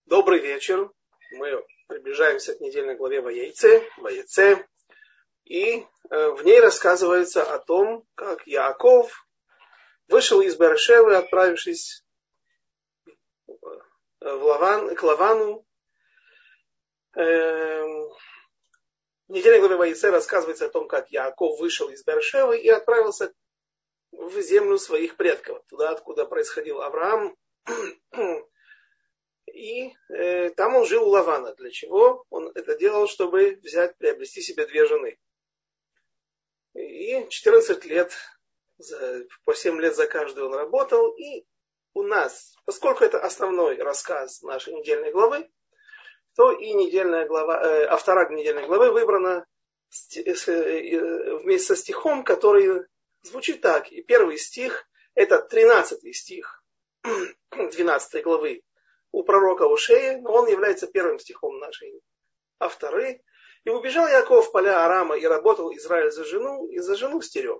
Добрый вечер. Мы приближаемся к недельной главе Ваеце. И в ней рассказывается о том, как Яаков вышел из Берешевы, отправившись к Лавану. В недельной главе Ваеце рассказывается о том, как Яаков вышел из Берешевы и отправился в землю своих предков, туда, откуда происходил Авраам. И там он жил у Лавана. Для чего? Он это делал, чтобы приобрести себе 2 жены. И 14 лет, по 7 лет за каждую он работал. И у нас, поскольку это основной рассказ нашей недельной главы, то и автора недельной главы выбрана вместе со стихом, который звучит так. И первый стих, это 13 стих 12 главы у пророка Ошея, но он является первым стихом нашей авторы. И убежал Яаков в поля Арама, и работал Израиль за жену, и за жену стерег.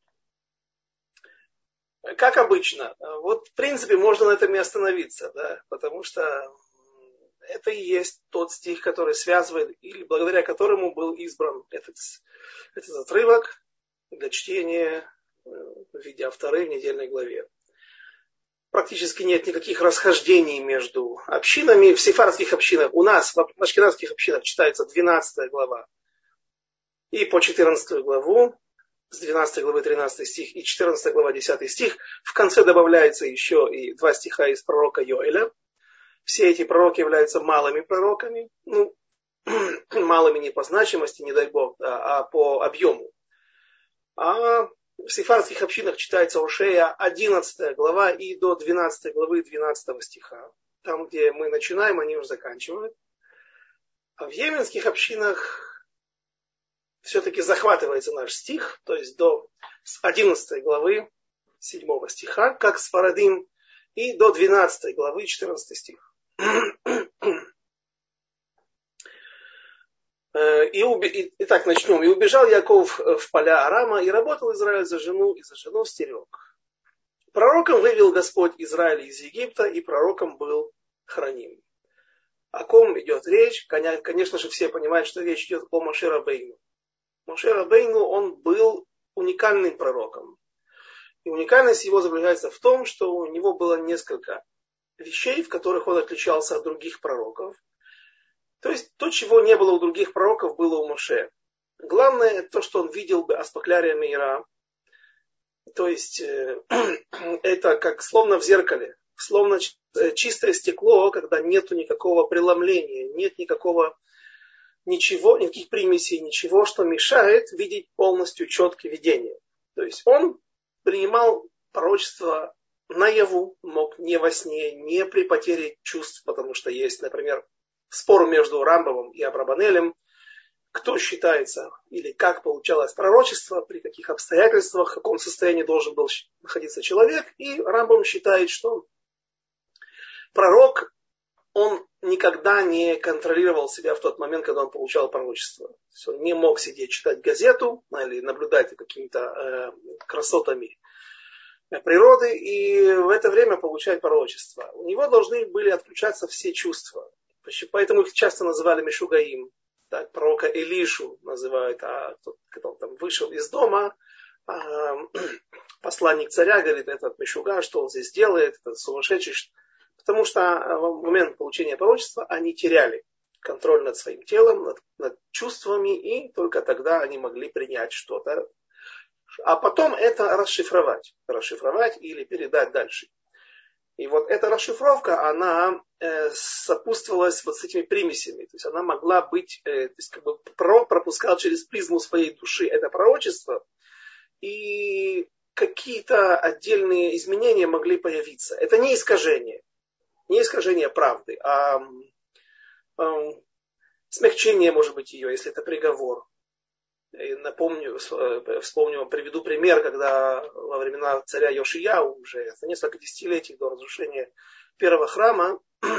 Как обычно. Вот в принципе можно на этом и остановиться, да, потому что это и есть тот стих, который связывает, или благодаря которому был избран этот отрывок для чтения в виде авторы в недельной главе. Практически нет никаких расхождений между общинами. В сефардских общинах, у нас в ашкеназских общинах читается 12 глава и по 14 главу, с 12 главы 13 стих и 14 глава 10 стих. В конце добавляется еще и 2 стиха из пророка Йоэля. Все эти пророки являются малыми пророками. Малыми не по значимости, не дай Бог, а по объему. А в сефардских общинах читается Ошея 11 глава и до 12 главы 12 стиха. Там, где мы начинаем, они уже заканчивают. А в йеменских общинах все-таки захватывается наш стих, то есть до 11 главы 7 стиха, как сфарадим, и до 12 главы 14 стих. Итак, начнем. И убежал Яаков в поля Арама, и работал Израиль за жену, и за жену стерег. Пророком вывел Господь Израиль из Египта, и пророком был Храним. О ком идет речь? Конечно же, все понимают, что речь идет о Моше Рабейну. Моше Рабейну, он был уникальным пророком. И уникальность его заключается в том, что у него было несколько вещей, в которых он отличался от других пророков. То есть то, чего не было у других пророков, было у Моше. Главное, то, что он видел бы аспаклярия мира. То есть это как словно в зеркале, словно чистое стекло, когда нету никакого преломления, нет ничего, никаких примесей, ничего, что мешает видеть полностью четкое видение. То есть он принимал пророчество наяву, мог не во сне, не при потере чувств, потому что есть, например, спор между Рамбамом и Абрабанелем, кто считается или как получалось пророчество, при каких обстоятельствах, в каком состоянии должен был находиться человек. И Рамбам считает, что пророк, он никогда не контролировал себя в тот момент, когда он получал пророчество. То есть он не мог сидеть читать газету или наблюдать за какими-то красотами природы и в это время получать пророчество. У него должны были отключаться все чувства. Поэтому их часто называли Мишугаим. Так, пророка Элишу называют, когда он там вышел из дома, посланник царя говорит, этот Мишуга, что он здесь делает, этот сумасшедший. Потому что в момент получения пророчества они теряли контроль над своим телом, над чувствами, и только тогда они могли принять что-то. А потом это расшифровать или передать дальше. И вот эта расшифровка, она сопутствовалась вот с этими примесями. То есть она могла быть, то есть как бы пророк пропускал через призму своей души это пророчество, и какие-то отдельные изменения могли появиться. Это не искажение правды, а смягчение, может быть, ее, если это приговор. И вспомню, приведу пример, когда во времена царя Йошияу, уже за несколько десятилетий до разрушения первого храма,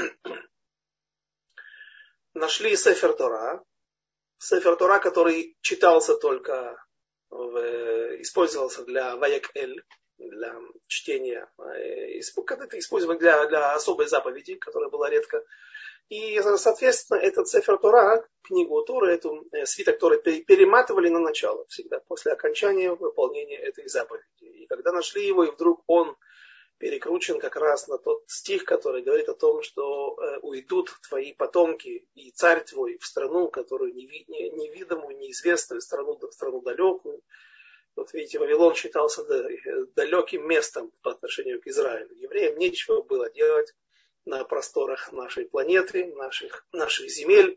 нашли Сефер Тора, который читался только, использовался для Ваек-эль, для чтения, когда это использовали для особой заповеди, которая была редко И, соответственно, этот Сефер Тора, книгу Торы, эту свиток Торы перематывали на начало всегда, после окончания выполнения этой заповеди. И когда нашли его, и вдруг он перекручен как раз на тот стих, который говорит о том, что уйдут твои потомки и царь твой в страну, которую невидимую, неизвестную, в страну далекую. Вот видите, Вавилон считался далеким местом по отношению к Израилю. Евреям нечего было делать на просторах нашей планеты, наших земель.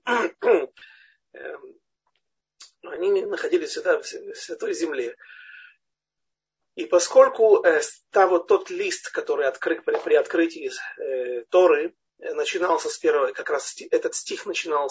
Они находились всегда в Святой Земле. И поскольку тот лист, который открыт при открытии Торы, начинался с первого, как раз этот стих начинал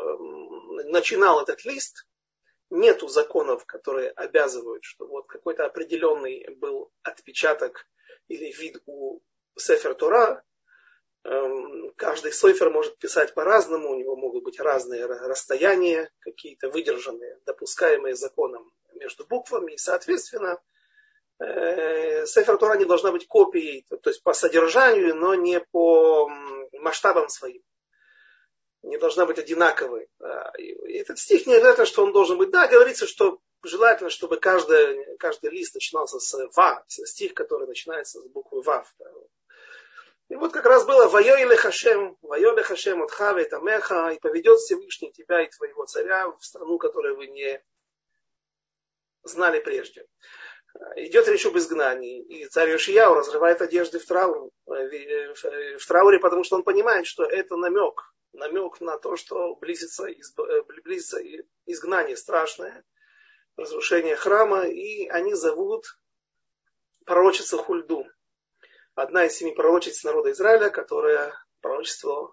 этот лист, нету законов, которые обязывают, что вот какой-то определенный был отпечаток или вид у Сефер Тора. Каждый софер может писать по-разному, у него могут быть разные расстояния, какие-то выдержанные, допускаемые законом между буквами, и, соответственно, Сефер Тора не должна быть копией, то есть по содержанию, но не по масштабам своим. Не должна быть одинаковой. И этот стих не обязательно, что он должен быть. Да, говорится, что желательно, чтобы каждый лист начинался с Ва, стих, который начинается с буквы Вав. И вот как раз было «Вайоле Хашем от Хаве Тамеха, и поведет Всевышний тебя и твоего царя в страну, которую вы не знали прежде». Идет речь об изгнании. И царь Йошияу разрывает одежды в трауре, потому что он понимает, что это намек на то, что близится изгнание страшное, разрушение храма, и они зовут пророчицу Хульду. Одна из 7 пророчиц народа Израиля, которая пророчествовала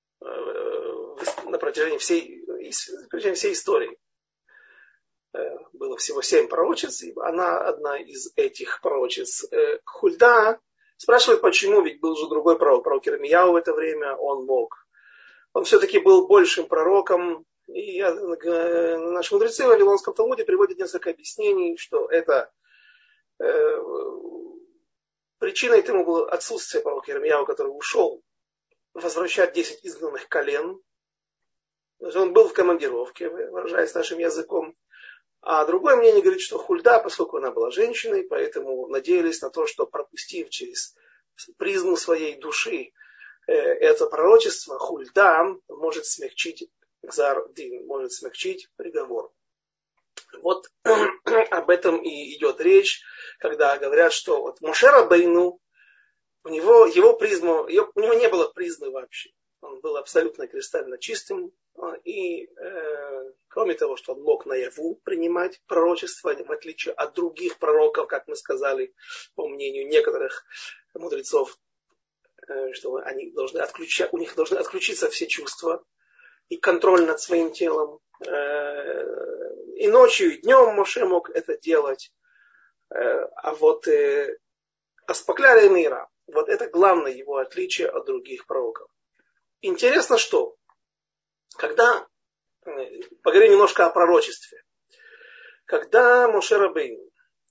на протяжении всей истории. Было всего 7 пророчиц, и она одна из этих пророчиц. Хульда спрашивает, почему, ведь был же другой пророк Ирмияу в это время, он все-таки был большим пророком. И наши мудрецы в Вавилонском Талмуде приводят несколько объяснений, что это причиной этому было отсутствие пророка Ирмияу, который ушел возвращать 10 изгнанных колен. Он был в командировке, выражаясь нашим языком. А другое мнение говорит, что Хульда, поскольку она была женщиной, поэтому надеялись на то, что пропустив через призму своей души это пророчество, Хульда может смягчить Гзар-Дин, может смягчить приговор. Вот об этом и идет речь, когда говорят, что вот Моше Рабейну, у него не было призмы вообще. Он был абсолютно кристально чистым. И кроме того, что он мог наяву принимать пророчество, в отличие от других пророков, как мы сказали, по мнению некоторых мудрецов, что у них должны отключиться все чувства и контроль над своим телом. И ночью, и днем Моше мог это делать. А вот Аспакляра мира, вот это главное его отличие от других пророков. Интересно, что поговорим немножко о пророчестве. Когда Моше Рабейну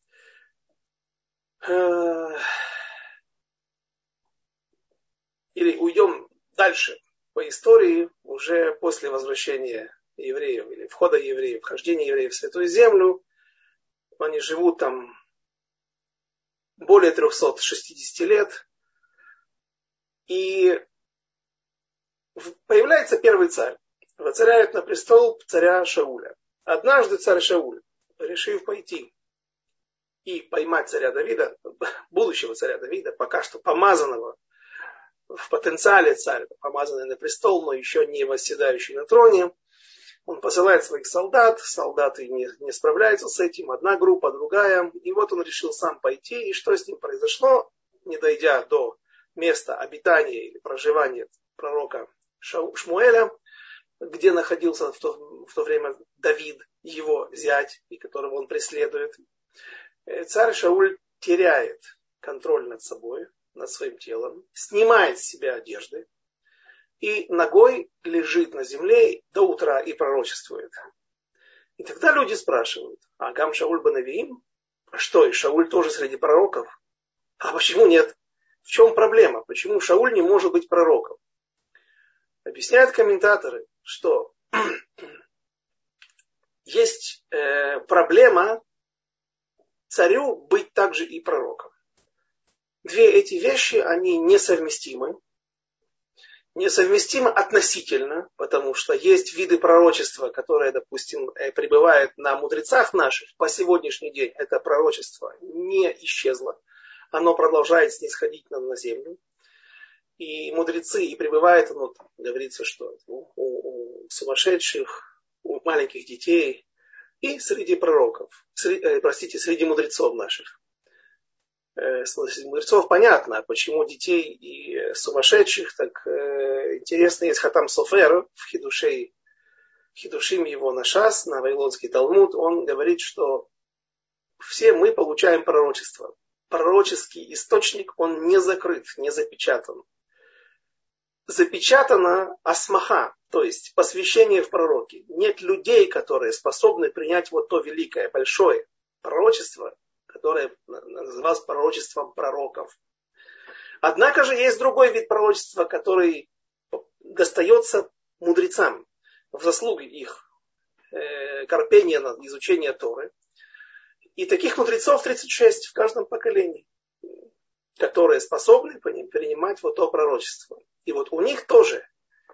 или уйдем дальше по истории, уже после возвращения евреев, или входа евреев, вхождения евреев в Святую Землю, они живут там более 360 лет, и появляется первый царь, воцаряет на престол царя Шауля. Однажды царь Шауль, решив пойти и поймать царя Давида, будущего царя Давида, пока что помазанного в потенциале царя, помазанный на престол, но еще не восседающий на троне, он посылает своих солдат, солдаты не справляются с этим, одна группа, другая, и вот он решил сам пойти, и что с ним произошло, не дойдя до места обитания или проживания пророка Шмуэля, где находился в то время Давид, его зять, и которого он преследует, царь Шауль теряет контроль над собой, над своим телом, снимает с себя одежды и ногой лежит на земле до утра и пророчествует. И тогда люди спрашивают, а Гам Шауль Банавиим? А что, и Шауль тоже среди пророков? А почему нет? В чем проблема? Почему Шауль не может быть пророком? Объясняют комментаторы, что есть проблема царю быть также и пророком. Две эти вещи, они несовместимы. Несовместимы относительно, потому что есть виды пророчества, которые, допустим, пребывают на мудрецах наших по сегодняшний день. Это пророчество не исчезло. Оно продолжает снисходить на землю. И мудрецы, и пребывает, ну, говорится, что у сумасшедших, у маленьких детей, и среди пророков, среди мудрецов наших. Среди мудрецов понятно, почему детей и сумасшедших, так интересно, есть Хатам Софер в Хидушим его на Шас, на Вавилонский Талмуд, он говорит, что все мы получаем пророчество. Пророческий источник, он не закрыт, не запечатан. Запечатана асмаха, то есть посвящение в пророки. Нет людей, которые способны принять вот то великое, большое пророчество, которое называлось пророчеством пророков. Однако же есть другой вид пророчества, который достается мудрецам в заслуге их корпения над изучением Торы. И таких мудрецов 36 в каждом поколении, которые способны принимать вот то пророчество. И вот у них тоже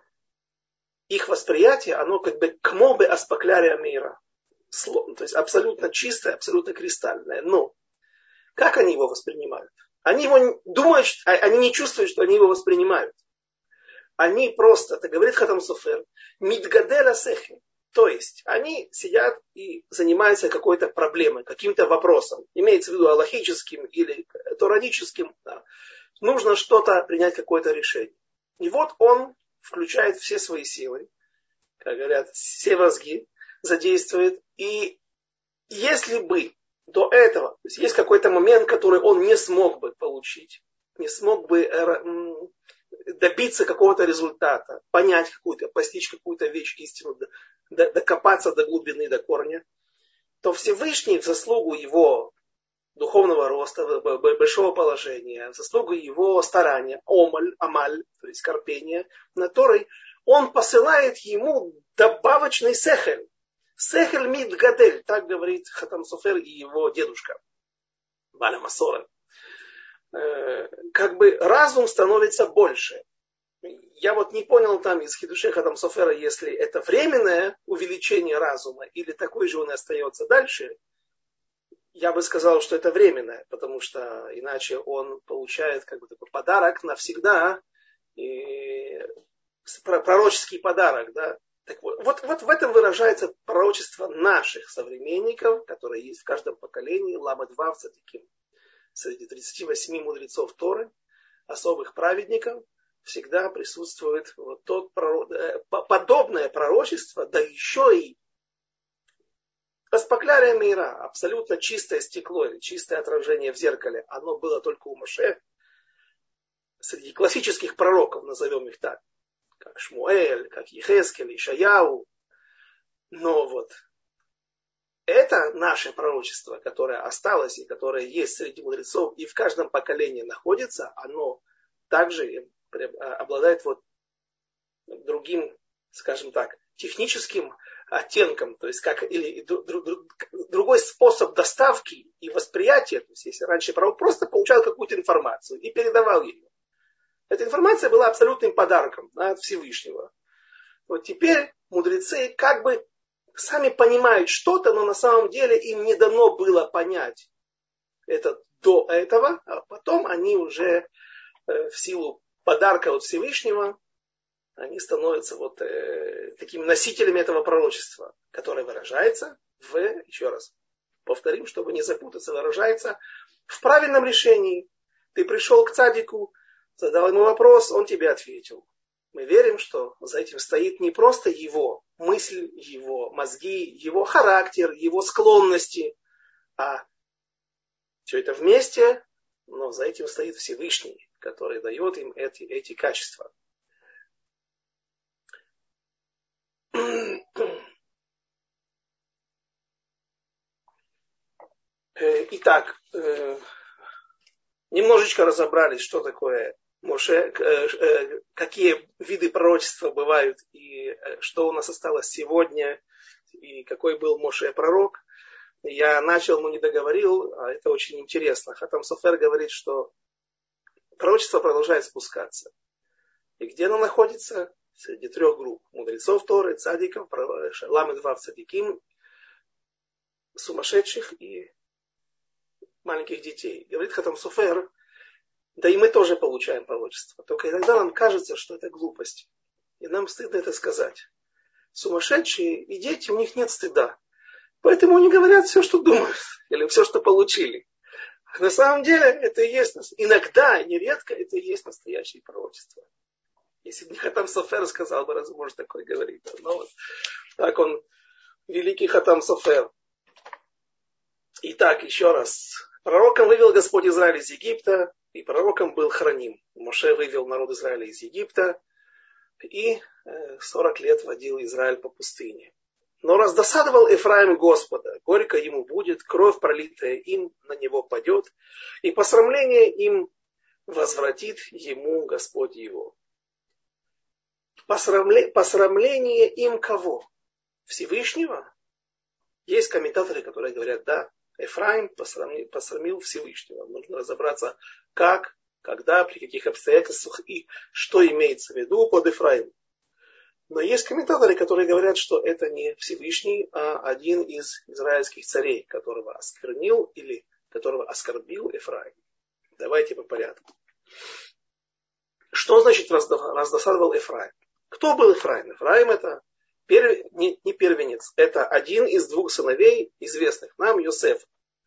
их восприятие, оно как бы кмобе аспаклярия мира. То есть абсолютно чистое, абсолютно кристальное. Но как они его воспринимают? Они его думают, они не чувствуют, что они его воспринимают. Они просто, это говорит Хатам Софер, мидгаделя сехи. То есть они сидят и занимаются какой-то проблемой, каким-то вопросом. Имеется в виду алахическим или торадическим. Да. Нужно что-то принять, какое-то решение. И вот он включает все свои силы, как говорят, все мозги задействует. И если бы до этого, то есть какой-то момент, который он не смог бы получить, не смог бы добиться какого-то результата, понять какую-то, постичь какую-то вещь, истину, докопаться до глубины, до корня, то Всевышний в заслугу его духовного роста, большого положения, в заслугу его старания, амаль, то есть корпения, на Торой, он посылает ему добавочный сехель. Сехель мид гадель, так говорит Хатам Софер и его дедушка Баля Масора. Как бы разум становится больше. Я вот не понял там из Хидушей Хатам Софера, если это временное увеличение разума или такой же он и остается дальше. Я бы сказал, что это временное, потому что иначе он получает как бы такой подарок навсегда, и пророческий подарок, да. Так вот в этом выражается пророчество наших современников, которые есть в каждом поколении, Ламад Вав Цадиким. Среди 38 мудрецов Торы, особых праведников, всегда присутствует вот подобное пророчество, да еще и Аспаклярия мира, абсолютно чистое стекло или чистое отражение в зеркале, оно было только у Моше. Среди классических пророков, назовем их так, как Шмуэль, как Ехескель, Ишаяу. Но вот это наше пророчество, которое осталось и которое есть среди мудрецов и в каждом поколении находится, оно также обладает вот другим, скажем так, техническим оттенком, то есть или другой способ доставки и восприятия. То есть если раньше пророк просто получал какую-то информацию и передавал ее, эта информация была абсолютным подарком от Всевышнего. Вот теперь мудрецы как бы сами понимают что-то, но на самом деле им не дано было понять это до этого, а потом они уже в силу подарка от Всевышнего они становятся вот такими носителями этого пророчества, которое выражается еще раз повторим, чтобы не запутаться, выражается в правильном решении. Ты пришел к цадику, задал ему вопрос, он тебе ответил. Мы верим, что за этим стоит не просто его мысль, его мозги, его характер, его склонности, а все это вместе, но за этим стоит Всевышний, который дает им эти качества. Итак, немножечко разобрались, что такое Моше, какие виды пророчества бывают, и что у нас осталось сегодня, и какой был Моше пророк. Я начал, но не договорил, а это очень интересно. Хатам Софер говорит, что пророчество продолжает спускаться. И где оно находится? Среди трех групп. Мудрецов Торы, цадиков, ламед вав цадиким, сумасшедших и маленьких детей. Говорит Хатам Софер, да и мы тоже получаем пророчество. Только иногда нам кажется, что это глупость. И нам стыдно это сказать. Сумасшедшие и дети, у них нет стыда. Поэтому они говорят все, что думают. Или все, что получили. На самом деле, это и есть, иногда, нередко, это и есть настоящее пророчество. Если бы не Хатам Софер сказал бы, разве может такое говорить? Но вот так он, великий Хатам Софер. Итак, еще раз. Пророком вывел Господь Израиль из Египта, и пророком был Храним. Моше вывел народ Израиля из Египта, и 40 лет водил Израиль по пустыне. Но раздосадовал Эфраим Господа, горько ему будет, кровь, пролитая им, на него падет, и посрамление им возвратит ему Господь его. Посрамление им кого? Всевышнего? Есть комментаторы, которые говорят, да, Эфраим посрамил Всевышнего. Нужно разобраться, как, когда, при каких обстоятельствах и что имеется в виду под Эфраимом. Но есть комментаторы, которые говорят, что это не Всевышний, а один из израильских царей, которого осквернил или которого оскорбил Эфраим. Давайте по порядку. Что значит раздосадовал Эфраим? Кто был Эфраим? Эфраим это не первенец, это один из двух сыновей, известных нам, Йосеф.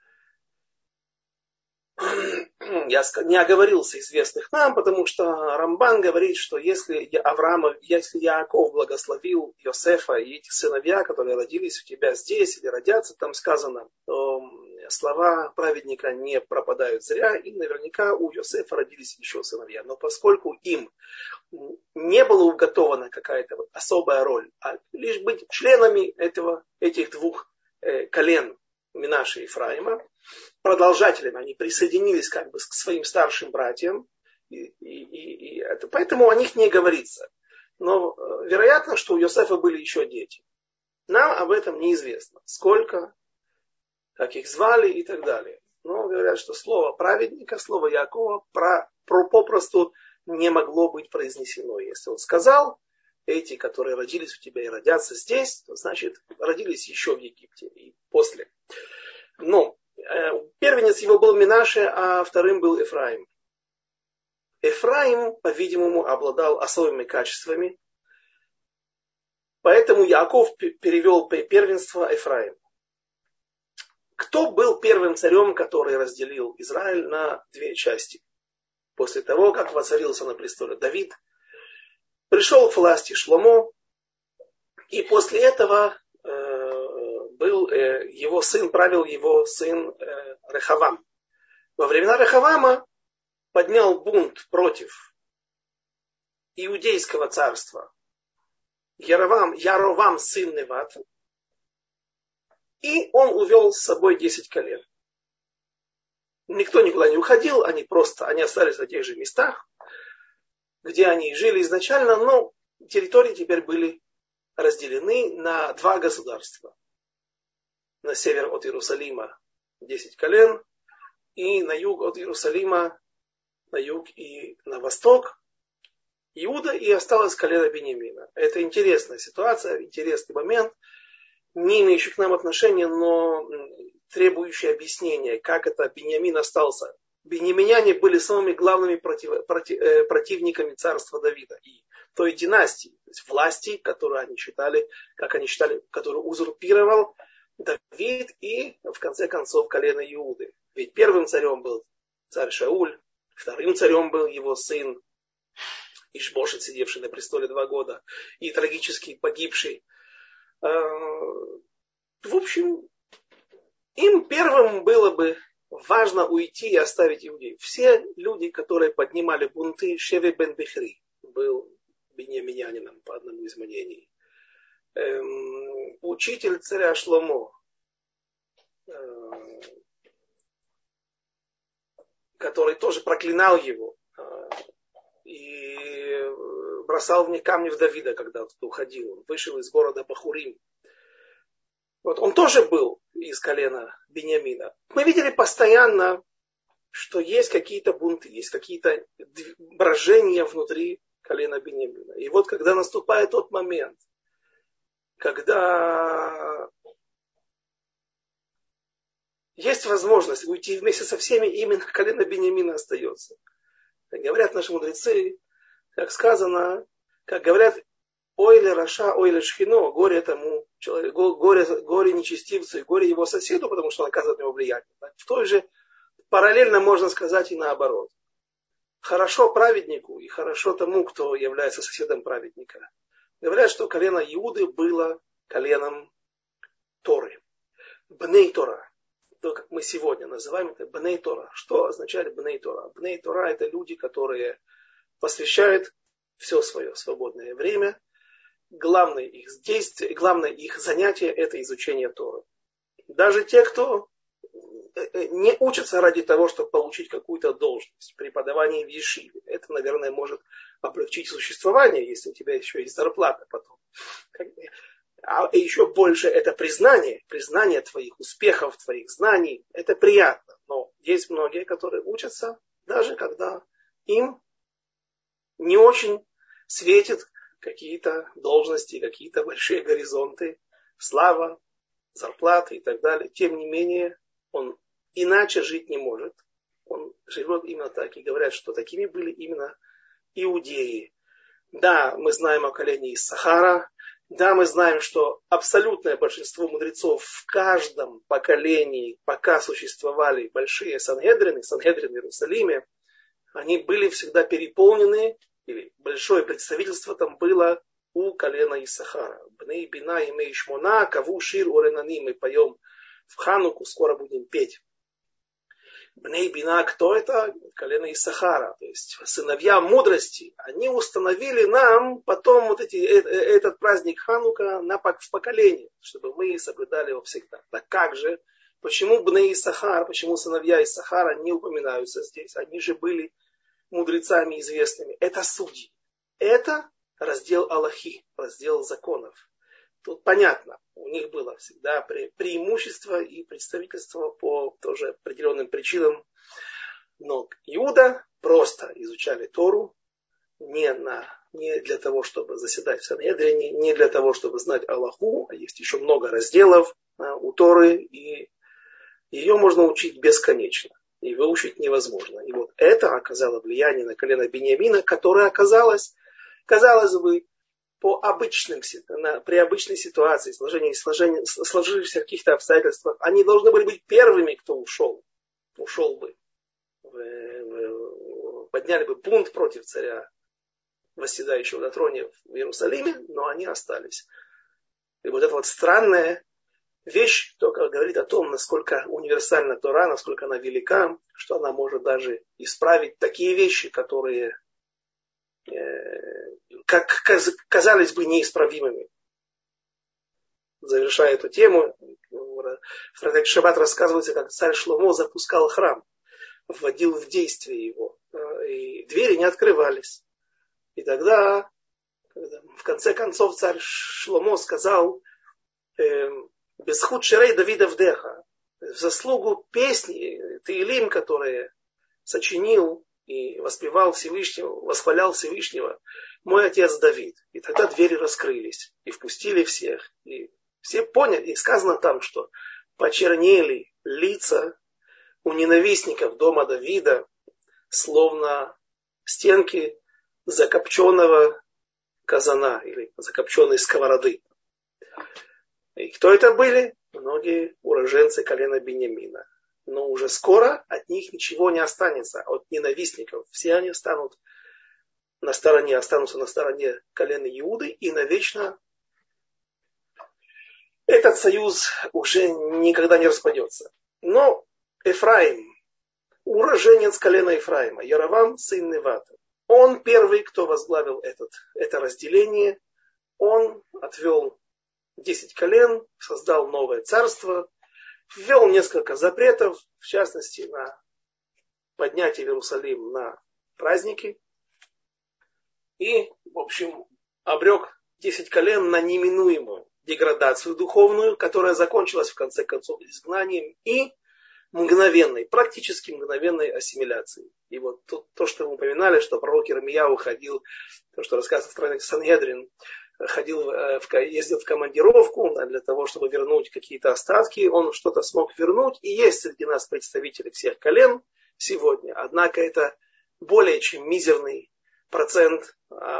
Я не оговорился известных нам, потому что Рамбан говорит, что если Яаков благословил Йосефа и эти сыновья, которые родились у тебя здесь или родятся, там сказано, то слова праведника не пропадают зря, и наверняка у Йосефа родились еще сыновья. Но поскольку им не была уготована какая-то вот особая роль, а лишь быть членами этих двух колен Минаше и Ефраима, продолжателями, они присоединились как бы к своим старшим братьям, поэтому о них не говорится. Но вероятно, что у Йосефа были еще дети. Нам об этом неизвестно. Сколько, как их звали и так далее. Но говорят, что слово праведника, слово Якова попросту не могло быть произнесено. Если он сказал, эти, которые родились у тебя и родятся здесь, то значит родились еще в Египте и после. Но первенец его был Минаше, а вторым был Эфраим. Эфраим, по-видимому, обладал особыми качествами, поэтому Яаков перевел первенство Эфраиму. Кто был первым царем, который разделил Израиль на две части? После того, как воцарился на престоле Давид, пришел к власти Шломо, и после этого правил его сын Рехавам. Во времена Рехавама поднял бунт против иудейского царства Яровам сын Неват, и он увел с собой 10 колен. Никто никуда не уходил, они остались на тех же местах, где они жили изначально, но территории теперь были разделены на два государства. На север от Иерусалима 10 колен, и на юг от Иерусалима, на юг и на восток Иуда, и осталось колено Беньямина. Это интересная ситуация, интересный момент, не имеющий к нам отношения, но требующий объяснения, как это Беньямин остался. Беньяминяне были самыми главными противниками царства Давида и той династии, то есть власти, которую они считали, которую узурпировал Давид и, в конце концов, колено Иуды. Ведь первым царем был царь Шауль, вторым царем был его сын Ишбошет, сидевший на престоле 2 года, и трагически погибший. В общем, им первым было бы важно уйти и оставить иудеев. Все люди, которые поднимали бунты, Шеви бен Бихри был беньяминянином по одному из мнений. Учитель царя Шломо, который тоже проклинал его, и бросал в них камни в Давида, когда он уходил. Он вышел из города Бахурим. Вот он тоже был из колена Биньямина. Мы видели постоянно, что есть какие-то бунты, есть какие-то брожения внутри колена Биньямина. И вот когда наступает тот момент, когда есть возможность уйти вместе со всеми, именно колено Биньямина остается. Как говорят наши мудрецы, как сказано, как говорят, ойле раша, ойле шхино, горе тому человеку, горе нечестивцу и горе его соседу, потому что он оказывает на него влияние. В той же параллельно можно сказать и наоборот. Хорошо праведнику и хорошо тому, кто является соседом праведника. Говорят, что колено Иуды было коленом Торы. Бней Тора. То, как мы сегодня называем это Бней Тора. Что означает Бней Тора? Бней Тора это люди, которые посвящают все свое свободное время. Главное их действие, главное их занятие это изучение Торы. Даже те, кто не учатся ради того, чтобы получить какую-то должность, преподавание в Ешиве. Это, наверное, может облегчить существование, если у тебя еще есть зарплата потом. А еще больше это признание твоих успехов, твоих знаний. Это приятно. Но есть многие, которые учатся, даже когда им не очень светят какие-то должности, какие-то большие горизонты, слава, зарплаты и так далее. Тем не менее, он иначе жить не может. Он живет именно так. И говорят, что такими были именно иудеи. Да, мы знаем о колене Иссахара. Да, мы знаем, что абсолютное большинство мудрецов в каждом поколении, пока существовали большие Сангедрины в Иерусалиме, они были всегда переполнены, или большое представительство там было у колена Иссахара. Бней Бина и Мей Шмона, Каву Шир Оренани, мы поем в Хануку, скоро будем петь. Бней Бина, кто это? Колено Иссахара, то есть сыновья мудрости. Они установили нам потом вот этот праздник Ханука в поколении, чтобы мы соблюдали его всегда. Так как же? Почему Бней Иссахар, почему сыновья Иссахара не упоминаются здесь? Они же были мудрецами известными. Это судьи. Это раздел Аллахи, раздел законов. Тут понятно, у них было всегда преимущество и представительство по тоже определенным причинам. Но Иуда просто изучали Тору не для того, чтобы заседать в Сангедрине, не для того, чтобы знать Аллаху, а есть еще много разделов у Торы, и ее можно учить бесконечно, и выучить невозможно. И вот это оказало влияние на колено Биньямина, которое оказалось, казалось бы, при обычной ситуации, сложившихся каких-то обстоятельствах, они должны были быть первыми, кто ушел бы, подняли бы бунт против царя, восседающего на троне в Иерусалиме, но они остались. И вот эта вот странная вещь только говорит о том, насколько универсальна Тора, насколько она велика, что она может даже исправить такие вещи, которые как казались бы неисправимыми. Завершая эту тему, в трактате Шаббат рассказывается, как царь Шломо запускал храм, вводил в действие его, и двери не открывались. И тогда, в конце концов, царь Шломо сказал: «Бесхуд ширей Давида вдеха», в заслугу песни, Теилим, которые сочинил и воспевал Всевышнего, восхвалял Всевышнего мой отец Давид. И тогда двери раскрылись, и впустили всех. И все поняли, и сказано там, что почернели лица у ненавистников дома Давида, словно стенки закопченного казана или закопченной сковороды. И кто это были? Многие уроженцы колена Биньямина. Но уже скоро от них ничего не останется, от ненавистников. Все они останутся на стороне колена Иуды, и навечно этот союз уже никогда не распадется. Но Эфраим, уроженец колена Ефраима, Яровам, сын Невата, он первый, кто возглавил это разделение. Он отвел 10 колен, создал новое царство, ввел несколько запретов, в частности, на поднятие в Иерусалим на праздники. И, в общем, обрек 10 колен на неминуемую деградацию духовную, которая закончилась в конце концов изгнанием и мгновенной, практически мгновенной ассимиляцией. И вот то, что мы упоминали, что пророк Ирмияу ходил, то, что рассказывает в хронике Сангедрин, ездил в командировку для того, чтобы вернуть какие-то остатки, он что-то смог вернуть, и есть среди нас представители всех колен сегодня, однако это более чем мизерный процент,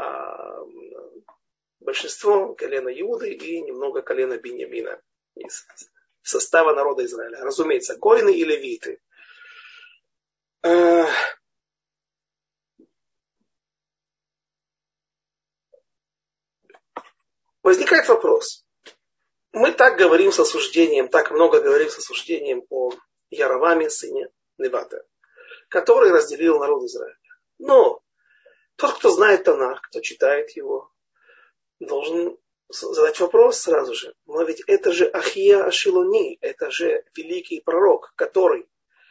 большинство колена Иуды и немного колена Биньямина из состава народа Израиля. Разумеется, коины и левиты. Возникает вопрос. Мы так говорим с осуждением, так много говорим с осуждением о Яроваме, сыне Невата, который разделил народ Израиля. Но тот, кто знает Танах, кто читает его, должен задать вопрос сразу же. Но ведь это же Ахия Ашилони, это же великий пророк, который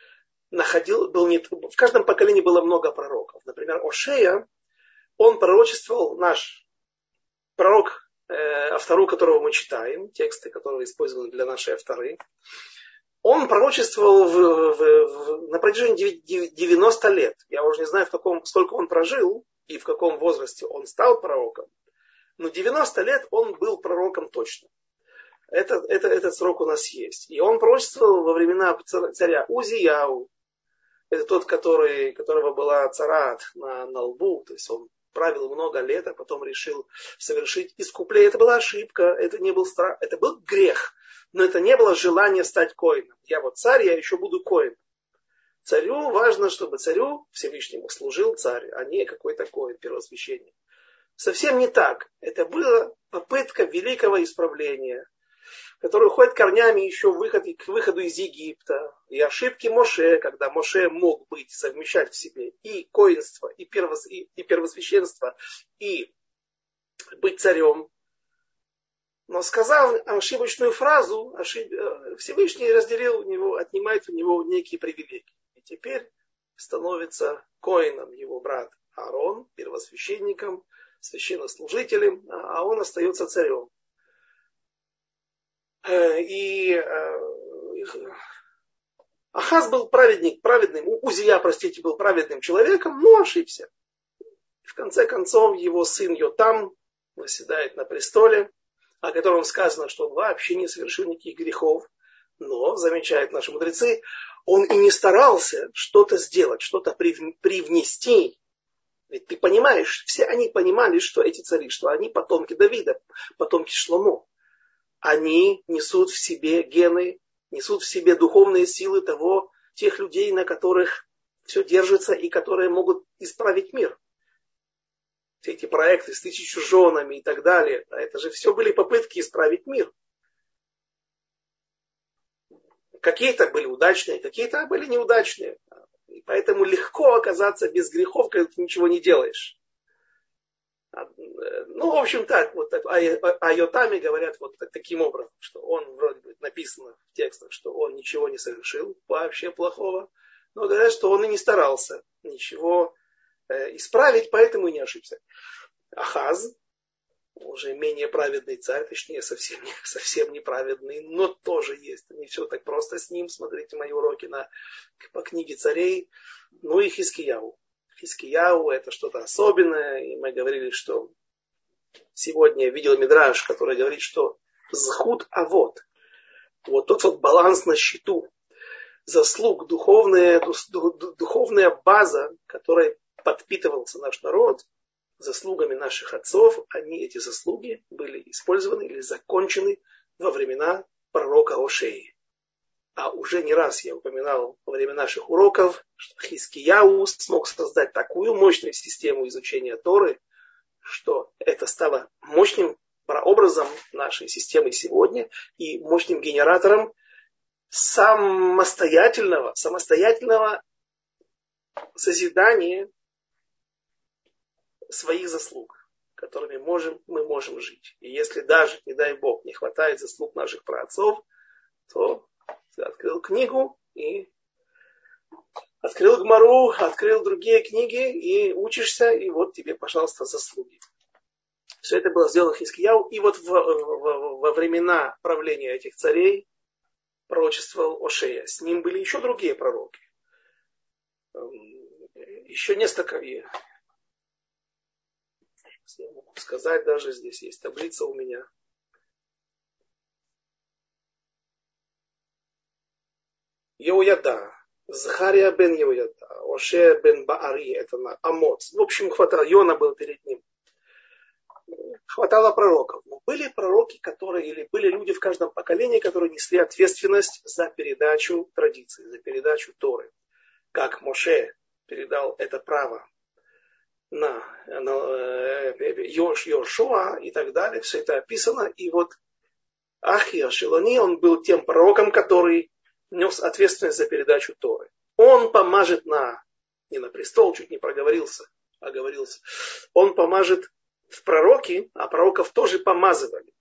в каждом поколении было много пророков. Например, Ошея, он пророчествовал, наш пророк, автору которого мы читаем, тексты, которые использованы для нашей авторы, он пророчествовал на протяжении 90 лет. Я уже не знаю, сколько он прожил и в каком возрасте он стал пророком. Но 90 лет он был пророком точно. Этот срок у нас есть. И он пророчествовал во времена царя Узияу. Это тот, которого была царат на лбу. То есть он правил много лет, а потом решил совершить искупление. Это была ошибка, это не был страх, это был грех. Но это не было желание стать коином. Я вот царь, я еще буду коином. Царю важно, чтобы царю Всевышнему служил царь, а не какой-то коин, первосвященник. Совсем не так. Это была попытка великого исправления, который уходит корнями еще к выходу из Египта. И ошибки Моше, когда Моше мог совмещать в себе и коинство, и первосвященство, и быть царем. Но сказав ошибочную фразу, Всевышний отнимает у него некие привилегии. И теперь становится коином его брат Аарон, первосвященником, священнослужителем, а он остается царем. И Ахаз был праведным, Узия, был праведным человеком, но ошибся. В конце концов, его сын Йотам восседает на престоле, о котором сказано, что он вообще не совершил никаких грехов. Но, замечают наши мудрецы, он и не старался что-то сделать, что-то привнести. Ведь ты понимаешь, все они понимали, что эти цари, что они потомки Давида, потомки Шломо. Они несут в себе гены, несут в себе духовные силы тех людей, на которых все держится и которые могут исправить мир. Все эти проекты с 1000 женами и так далее, это же все были попытки исправить мир. Какие-то были удачные, какие-то были неудачные. И поэтому легко оказаться без грехов, когда ты ничего не делаешь. Ну, в общем, так, вот о Йотаме говорят вот таким образом, что он, вроде бы написано в текстах, что он ничего не совершил вообще плохого, но говорят, что он и не старался ничего исправить, поэтому и не ошибся. Ахаз, уже менее праведный царь, точнее совсем неправедный, но тоже есть. Не все так просто с ним. Смотрите мои уроки по книге царей. Ну и Хискияу. Хискияу это что-то особенное. И мы говорили, что сегодня я видел мидраш, который говорит, что зхут авот. Вот тот вот баланс на счету заслуг, духовная база, которой подпитывался наш народ, заслугами наших отцов, эти заслуги были использованы или закончены во времена пророка Ошеи. А уже не раз я упоминал во время наших уроков, что Хискияу смог создать такую мощную систему изучения Торы, что это стало мощным прообразом нашей системы сегодня и мощным генератором самостоятельного созидания своих заслуг, которыми мы можем жить. И если даже, не дай Бог, не хватает заслуг наших праотцов, то ты открыл книгу и Открыл Гмару, открыл другие книги и учишься, и вот тебе, пожалуйста, заслуги. Все это было сделано Хискияу. И вот во времена правления этих царей пророчествовал Ошея. С ним были еще другие пророки. Еще несколько. Я могу сказать, даже здесь есть таблица у меня. Йояда. Захария бен Йояда. Ошея бен Баари. Это Амоц. В общем, хватало. Йона был перед ним. Хватало пророков. Но были пророки, или были люди в каждом поколении, которые несли ответственность за передачу традиций, за передачу Торы. Как Моше передал это право на Йошуа и так далее. Все это описано. И вот Ахия Шилони, он был тем пророком, который нес ответственность за передачу Торы. Он помажет не на престол, чуть не проговорился, оговорился. Он помажет в пророки, а пророков тоже помазывали.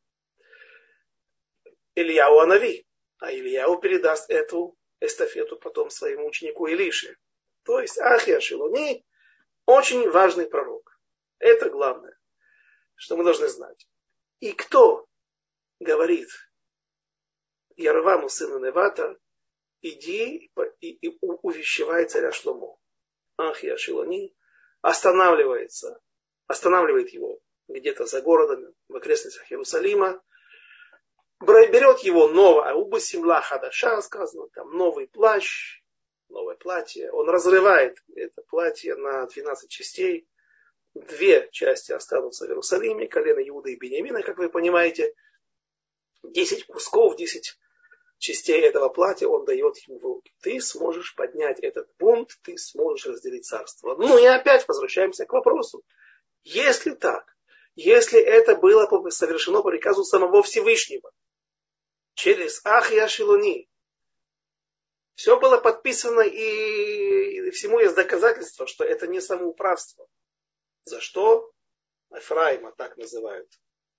Ильяу Анави. А Ильяу передаст эту эстафету потом своему ученику Илише. То есть Ахия Шилони очень важный пророк. Это главное, что мы должны знать. И кто говорит Яроваму сыну Невата, иди и увещевай царя Шломо. Ахия Шилони останавливает его где-то за городом, в окрестностях Иерусалима, берет его новое, Уба Симла Хадаша, сказано, там новый плащ, новое платье. Он разрывает это платье на 12 частей. 2 части останутся в Иерусалиме, колено Иуды и Беньямина, как вы понимаете. 10 кусков, 10 частей этого платья он дает ему в руки. Ты сможешь поднять этот бунт, ты сможешь разделить царство. Ну и опять возвращаемся к вопросу. Если так, если это было совершено по приказу самого Всевышнего, через Ахия Шилони, все было подписано и всему есть доказательство, что это не самоуправство. За что? Ефраима так называют.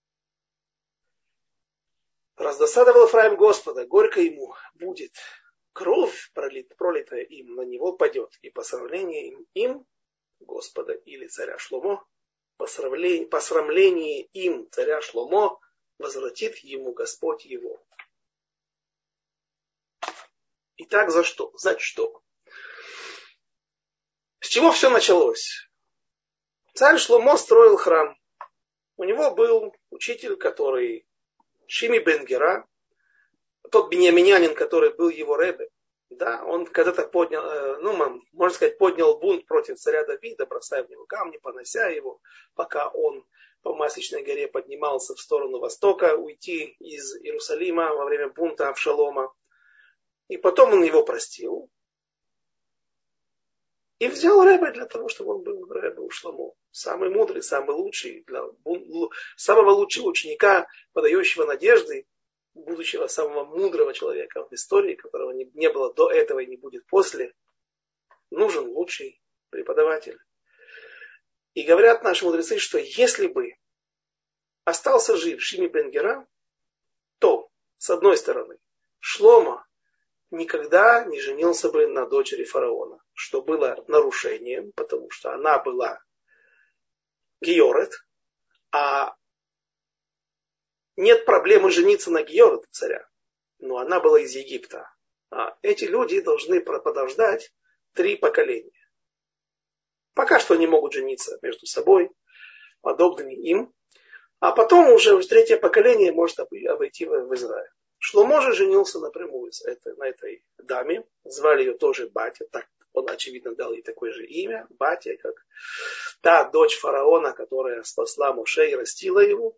Раздосадовал Ефраим Господа, горько ему будет. Кровь, пролитая им, на него падет. И посрамление им Господа или царя Шломо, посрамление им царя Шломо возвратит ему Господь его. Итак, за что? За что? С чего все началось? Царь Шломо строил храм. У него был учитель, который Шими бен Гера, тот беньяминянин, который был его ребе. Да, он когда-то поднял бунт против царя Давида, бросая в него камни, понося его, пока он по Масличной горе поднимался в сторону востока, уйти из Иерусалима во время бунта Авшалома. И потом он его простил. И взял ребе для того, чтобы он был ребе у Шломо. Самый мудрый, самый лучший, самого лучшего ученика, подающего надежды, будущего самого мудрого человека в истории, которого не было до этого и не будет после, нужен лучший преподаватель. И говорят наши мудрецы, что если бы остался жив Шими бен Гера, то, с одной стороны, Шломо никогда не женился бы на дочери фараона, что было нарушением, потому что она была георет, а нет проблемы жениться на георет царя, но она была из Египта. А эти люди должны подождать 3 поколения. Пока что они могут жениться между собой, подобными им, а потом уже 3-е поколение может обойти в Израиль. Шломо же женился напрямую на этой даме. Звали ее тоже Батя. Так он, очевидно, дал ей такое же имя. Батя, как та дочь фараона, которая спасла Моше и растила его.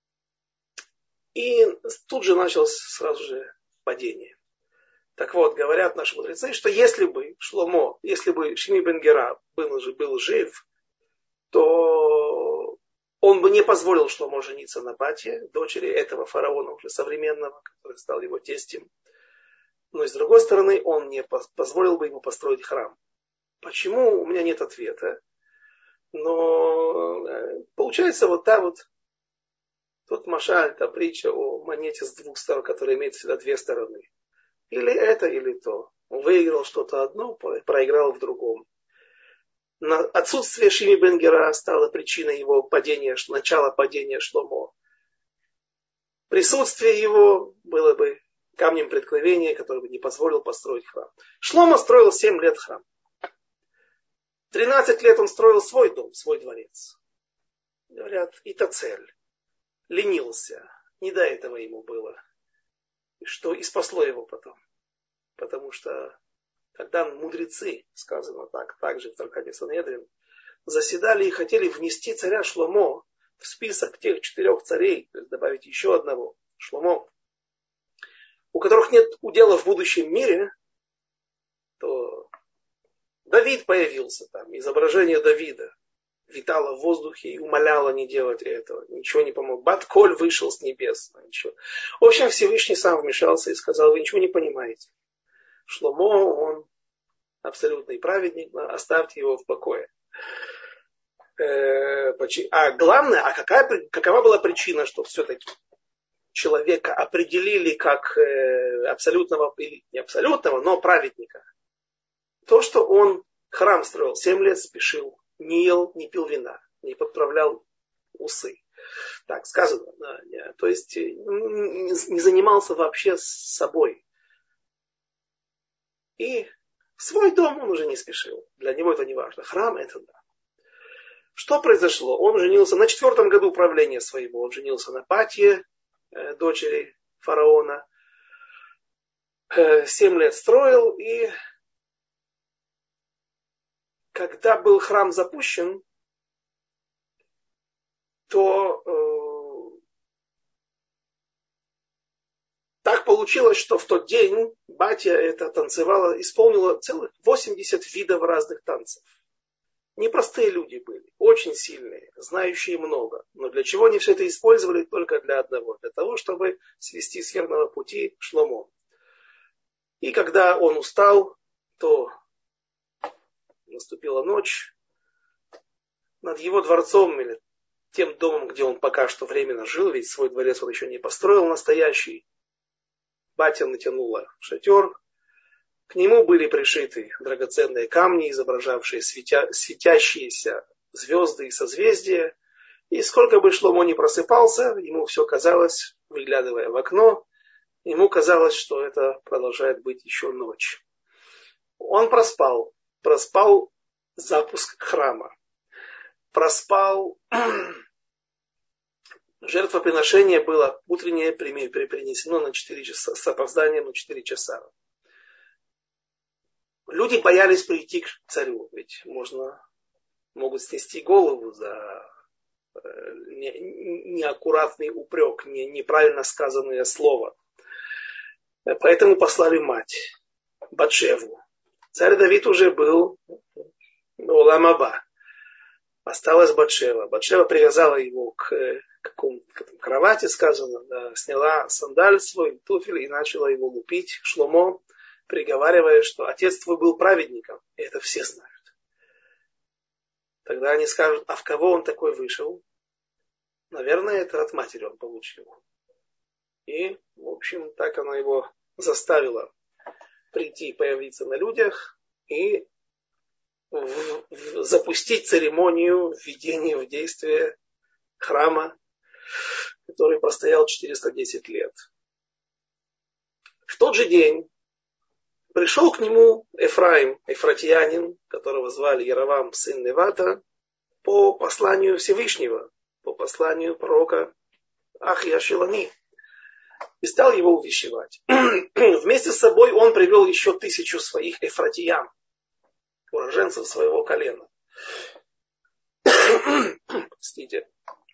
И тут же началось сразу же падение. Так вот, говорят наши мудрецы, что если бы Шими бен Гера был жив, то он бы не позволил Шломо жениться на Бате, дочери этого фараона уже современного, который стал его тестем. Но с другой стороны, он не позволил бы ему построить храм. Почему? У меня нет ответа. Но получается тут машаль, та притча о монете с 2 сторон, которая имеет всегда 2 стороны. Или это, или то. выиграл что-то одно, проиграл в другом. Отсутствие Шими бен Гера стало причиной его падения, начала падения Шломо. Присутствие его было бы камнем преткновения, который бы не позволил построить храм. Шломо строил 7 лет храм. 13 лет он строил свой дом, свой дворец. Говорят, это цель. Ленился. Не до этого ему было. И что и спасло его потом. Потому что когда мудрецы, сказано так же в Трактате Санедрин, заседали и хотели внести царя Шломо в список тех 4 царей, то есть добавить еще одного, Шломо, у которых нет удела в будущем мире, то Давид появился там, изображение Давида витало в воздухе и умоляло не делать этого. Ничего не помог. Бат-Коль вышел с небес. Ничего. В общем, Всевышний сам вмешался и сказал, вы ничего не понимаете. Шломо, он абсолютный праведник, оставьте его в покое. А главное, какова была причина, что все-таки человека определили как абсолютного, или не абсолютного, но праведника? То, что он храм строил, 7 лет спешил, не ел, не пил вина, не подправлял усы. Так сказано. Да, то есть не занимался вообще с собой. И свой дом он уже не спешил. Для него это не важно. Храм это да. Что произошло? Он женился на 4-м году правления своего. Он женился на Патье, дочери фараона. 7 лет строил. И когда был храм запущен, то так получилось, что в тот день Батья это танцевала, исполнила целых 80 видов разных танцев. Непростые люди были, очень сильные, знающие много. Но для чего они все это использовали? Только для одного. Для того, чтобы свести с верного пути Шломо. И когда он устал, то наступила ночь. Над его дворцом или тем домом, где он пока что временно жил, ведь свой дворец он еще не построил настоящий, Батя натянула шатер. К нему были пришиты драгоценные камни, изображавшие светящиеся звезды и созвездия. И сколько бы Шломо ни просыпался, ему все казалось, выглядывая в окно, ему казалось, что это продолжает быть еще ночь. Он проспал запуск храма, проспал жертвоприношение было утреннее принесено на 4 часа, с опозданием на 4 часа. Люди боялись прийти к царю, ведь могут снести голову за неаккуратный упрек, неправильно сказанное слово. Поэтому послали мать, Батшеву. Царь Давид уже был Олам Аба. Осталась Батшева. Батшева привязала его к кровати, сказано, да, сняла сандаль свой, туфель и начала его лупить Шломо, приговаривая, что отец твой был праведником. И это все знают. Тогда они скажут, а в кого он такой вышел? Наверное, это от матери он получил. И, в общем, так она его заставила прийти и появиться на людях и запустить церемонию введения в действие храма, который простоял 410 лет. В тот же день пришел к нему Эфраим, эфратиянин, которого звали Яровам, сын Невата, по посланию Всевышнего, по посланию пророка Ахия Шилани, и стал его увещевать. Вместе с собой он привел еще 1000 своих эфратиян, уроженцев своего колена. Простите.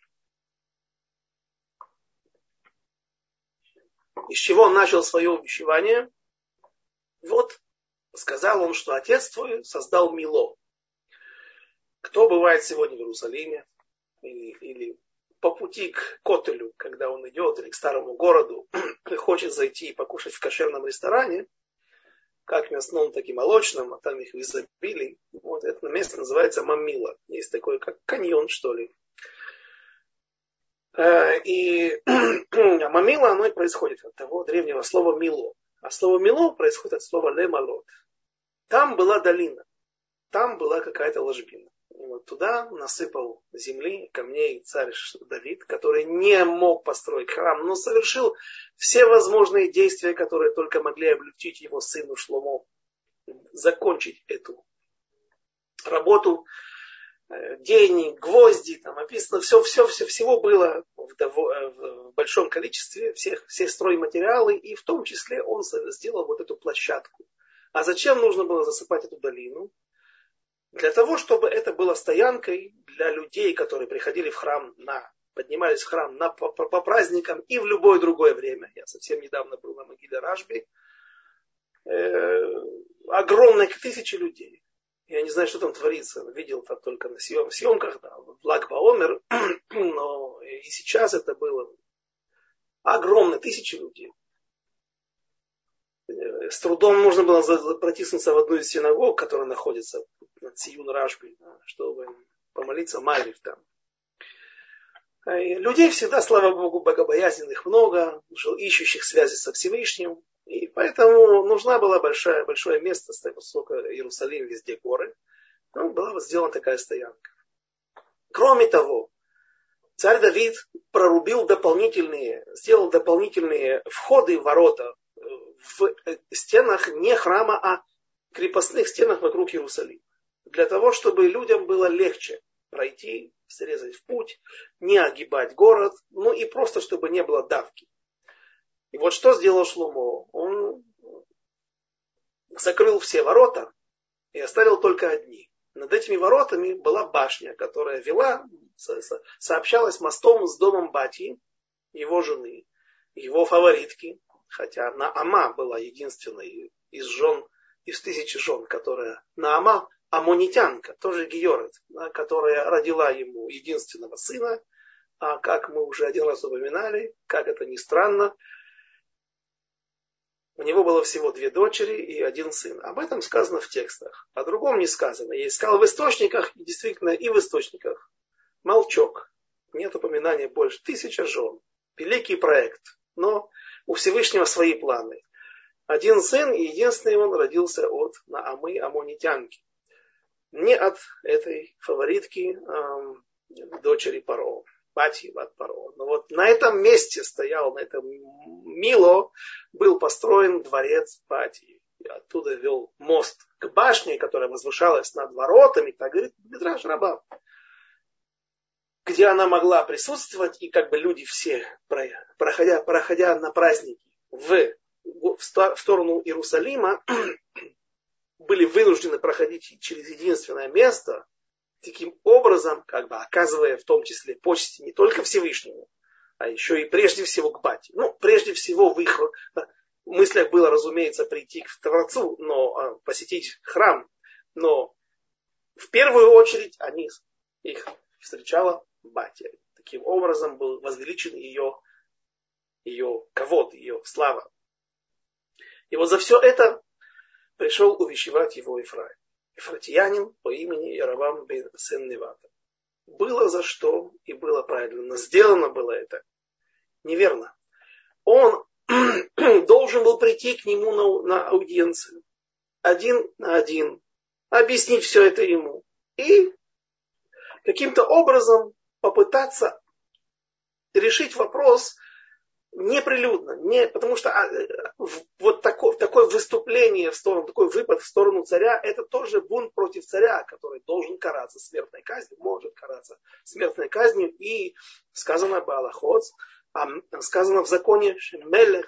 Из чего он начал свое увещевание? Вот сказал он, что отец твой создал Мило. Кто бывает сегодня в Иерусалиме или по пути к Котелю, когда он идет, или к старому городу, и хочет зайти и покушать в кошерном ресторане, как мясном, так и молочном, а там их в изобилии. Вот это место называется Мамила. Есть такой, как каньон, что ли. И Мамила, оно и происходит от того древнего слова Мило. А слово мило происходит от слова лемалот. Там была долина, там была какая-то ложбина. И вот туда насыпал земли, камней царь Давид, который не мог построить храм, но совершил все возможные действия, которые только могли облегчить его сыну Шломо закончить эту работу. Денег, гвозди, там описано, всего было в большом количестве, все стройматериалы, и в том числе он сделал вот эту площадку. А зачем нужно было засыпать эту долину? Для того, чтобы это было стоянкой для людей, которые приходили в храм, поднимались в храм по праздникам и в любое другое время. Я совсем недавно был на могиле Рашби. Огромное, тысячи людей. Я не знаю, что там творится. Видел там только на съемках, да, в Лаг ба-Омер. Но и сейчас это было огромное, тысячи людей. С трудом можно было протиснуться в одну из синагог, которая находится над Циюн Рашби, чтобы помолиться Майрив там. И людей всегда, слава Богу, богобоязненных много, ищущих связи со Всевышним. И поэтому нужна была большое место, поскольку Иерусалим везде горы. Ну, была сделана такая стоянка. Кроме того, царь Давид сделал дополнительные входы в ворота в стенах не храма, а крепостных стенах вокруг Иерусалима. Для того, чтобы людям было легче пройти, срезать в путь, не огибать город, ну и просто, чтобы не было давки. И вот что сделал Шломо? Он закрыл все ворота и оставил только одни. Над этими воротами была башня, которая сообщалась мостом с домом Батьи, его жены, его фаворитки. Хотя Наама была единственной из 1000 жен, которая Наама аммонитянка, тоже Георет, которая родила ему единственного сына. А как мы уже один раз упоминали, как это ни странно, у него было всего 2 дочери и 1 сын. Об этом сказано в текстах. О другом не сказано. Я искал в источниках, и действительно и в источниках. Молчок. Нет упоминания больше. 1000 жен. Великий проект. Но у Всевышнего свои планы. 1 сын, и единственный он родился от Наамы, аммонитянки. Не от этой фаворитки, дочери Паро. Батьи от Паро. Но вот на этом месте стоял, на этом Мило, был построен дворец Батьи. И оттуда вел мост к башне, которая возвышалась над воротами, так говорит Мидраш Раба, где она могла присутствовать, и как бы люди все, проходя на праздники в сторону Иерусалима, были вынуждены проходить через единственное место, таким образом, как бы оказывая в том числе почести не только Всевышнему, а еще и прежде всего к Бате. Ну, прежде всего в их мыслях было, разумеется, прийти к Творцу, но посетить храм. Но в первую очередь их встречала Батя. Таким образом был возвеличен ее кавод, ее слава. И вот за все это пришел увещевать его Ефраим. Ефратиянин по имени Яровам бен сын Невата. Было за что и было правильно, но сделано было это неверно. Он должен был прийти к нему на аудиенцию, 1 на 1, объяснить все это ему и каким-то образом попытаться решить вопрос неприлюдно, потому что вот такое выступление в сторону, такой выпад в сторону царя, это тоже бунт против царя, который должен караться смертной казнью, может караться смертной казнью, и сказано Баалахоц, сказано в законе Мелех,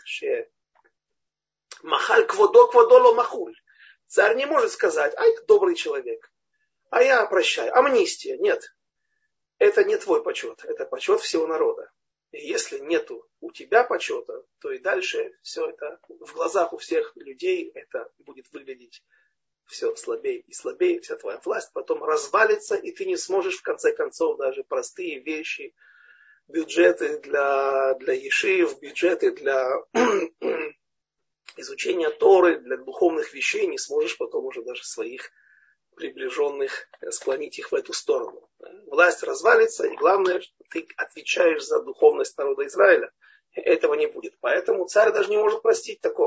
Махаль кводо ло махуль. Царь не может сказать, а я добрый человек, а я прощаю, амнистия, нет. Это не твой почет, это почет всего народа. И если нету у тебя почета, то и дальше все это в глазах у всех людей это будет выглядеть все слабее и слабее, вся твоя власть потом развалится, и ты не сможешь в конце концов даже простые вещи, бюджеты для ешив, бюджеты для изучения Торы, для духовных вещей не сможешь потом уже даже своих приближенных склонить их в эту сторону. Власть развалится, и главное, что ты отвечаешь за духовность народа Израиля. Этого не будет. Поэтому царь даже не может простить такого.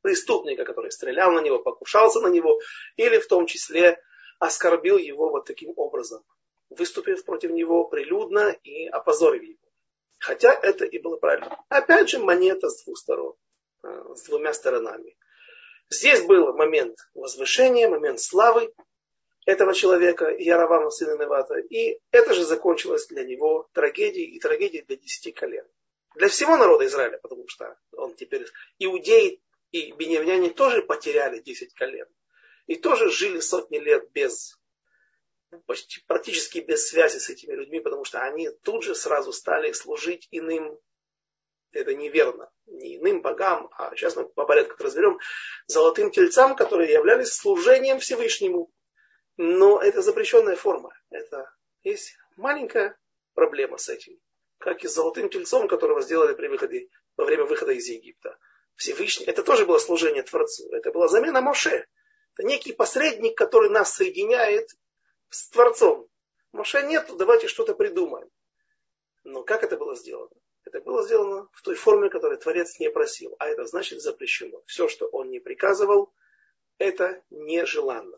преступника, который стрелял на него, покушался на него, или в том числе оскорбил его вот таким образом, выступив против него прилюдно и опозорив его. Хотя это и было правильно. Опять же, монета с двух сторон, с двумя сторонами. Здесь был момент возвышения, момент славы этого человека, Яровама, сына Невата, и это же закончилось для него трагедией, и трагедией для 10 колен. Для всего народа Израиля, потому что он теперь, иудеи и беньяминяне тоже потеряли 10 колен. И тоже жили сотни лет практически без связи с этими людьми, потому что они тут же сразу стали служить иным, это неверно, не иным богам, а сейчас мы по порядку разберем, золотым тельцам, которые являлись служением Всевышнему. Но это запрещенная форма. Это есть маленькая проблема с этим. Как и с золотым тельцом, которого сделали во время выхода из Египта. Всевышний, это тоже было служение Творцу. Это была замена Моше. Это некий посредник, который нас соединяет с Творцом. Моше нет, давайте что-то придумаем. Но как это было сделано? Это было сделано в той форме, которую Творец не просил. А это значит запрещено. Все, что он не приказывал, это нежеланно.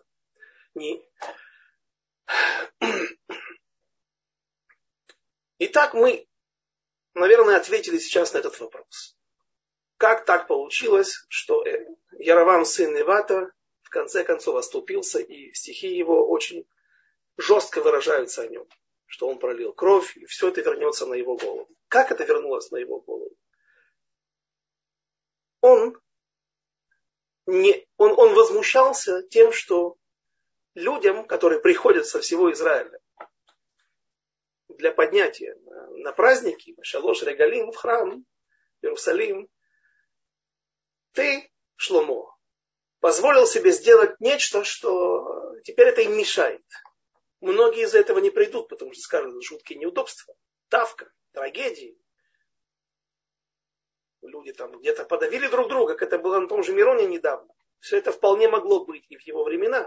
Итак, мы, наверное, ответили сейчас на этот вопрос. Как так получилось, что Яровам, сын Невата, в конце концов оступился, и стихи его очень жестко выражаются о нем, что он пролил кровь, и все это вернется на его голову. Как это вернулось на его голову? Он возмущался тем, что людям, которые приходят со всего Израиля для поднятия на праздники, Шалош Регалим, в храм, Иерусалим, ты, Шломо, позволил себе сделать нечто, что теперь это им мешает. Многие из-за этого не придут, потому что скажут жуткие неудобства, давка, трагедии. Люди там где-то подавили друг друга, как это было на том же Мироне недавно. Все это вполне могло быть и в его времена.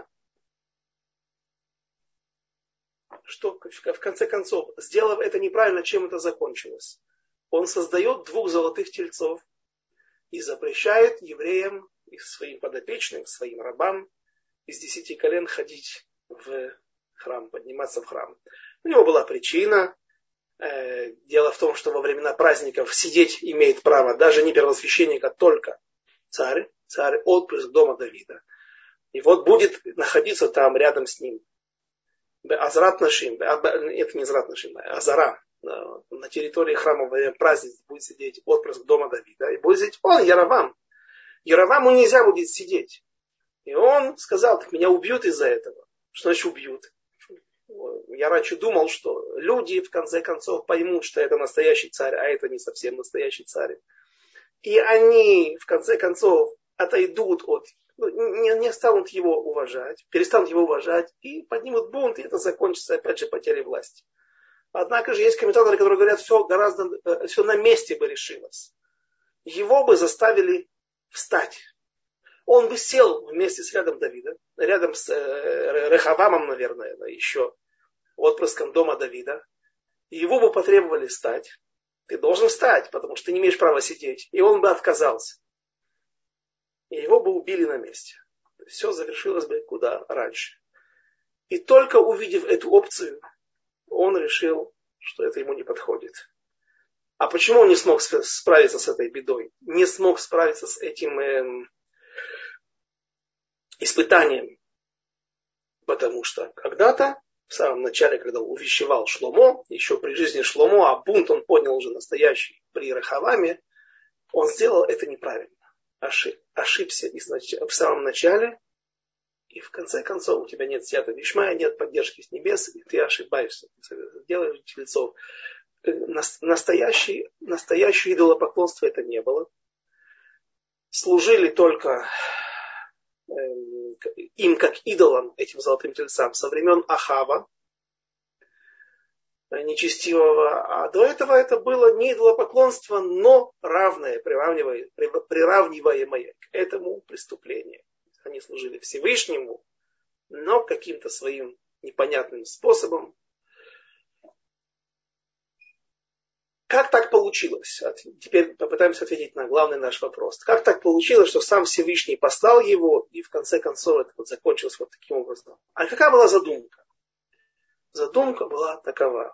Что, в конце концов, сделав это неправильно, чем это закончилось? Он создает 2 золотых тельцов и запрещает евреям и своим подопечным, своим рабам из 10 колен ходить в храм, подниматься в храм. У него была причина. Дело в том, что во времена праздников сидеть имеет право даже не первосвященник, а только царь, отпрыск дома Давида. И вот будет находиться там рядом с ним Азрат Нашим, это не Азрат Нашим, Азара, на территории храма во время празднеств будет сидеть отпрыск дома Давида, и будет сидеть он, Яровам. Яроваму нельзя будет сидеть. И он сказал, так меня убьют из-за этого. Что значит убьют? Я раньше думал, что люди в конце концов поймут, что это настоящий царь, а это не совсем настоящий царь. И они в конце концов отойдут не станут его уважать, перестанут его уважать и поднимут бунт, и это закончится опять же потерей власти. Однако же есть комментаторы, которые говорят, все на месте бы решилось. Его бы заставили встать. Он бы сел вместе с рядом с Рехавамом, наверное, еще отпрыском дома Давида. Его бы потребовали встать. Ты должен встать, потому что ты не имеешь права сидеть. И он бы отказался. И его бы убили на месте. Все завершилось бы куда раньше. И только увидев эту опцию, он решил, что это ему не подходит. А почему он не смог справиться с этой бедой? Не смог справиться с этим испытанием? Потому что когда-то, в самом начале, когда увещевал Шломо, еще при жизни Шломо, а бунт он поднял уже настоящий при Рехаваме, он сделал это неправильно. Ошибся в самом начале, и в конце концов у тебя нет свята вишмая, нет поддержки с небес, и ты ошибаешься. Делаешь тельцов. Настоящее идолопоклонство это не было. Служили только им как идолам, этим золотым тельцам, со времен Ахава, нечестивого. А до этого это было не идолопоклонство, но равное, приравниваемое к этому преступлению. Они служили Всевышнему, но каким-то своим непонятным способом Как так получилось? Теперь попытаемся ответить на главный наш вопрос. Как так получилось, что сам Всевышний послал его, и в конце концов это вот закончилось вот таким образом? А какая была задумка? Задумка была такова.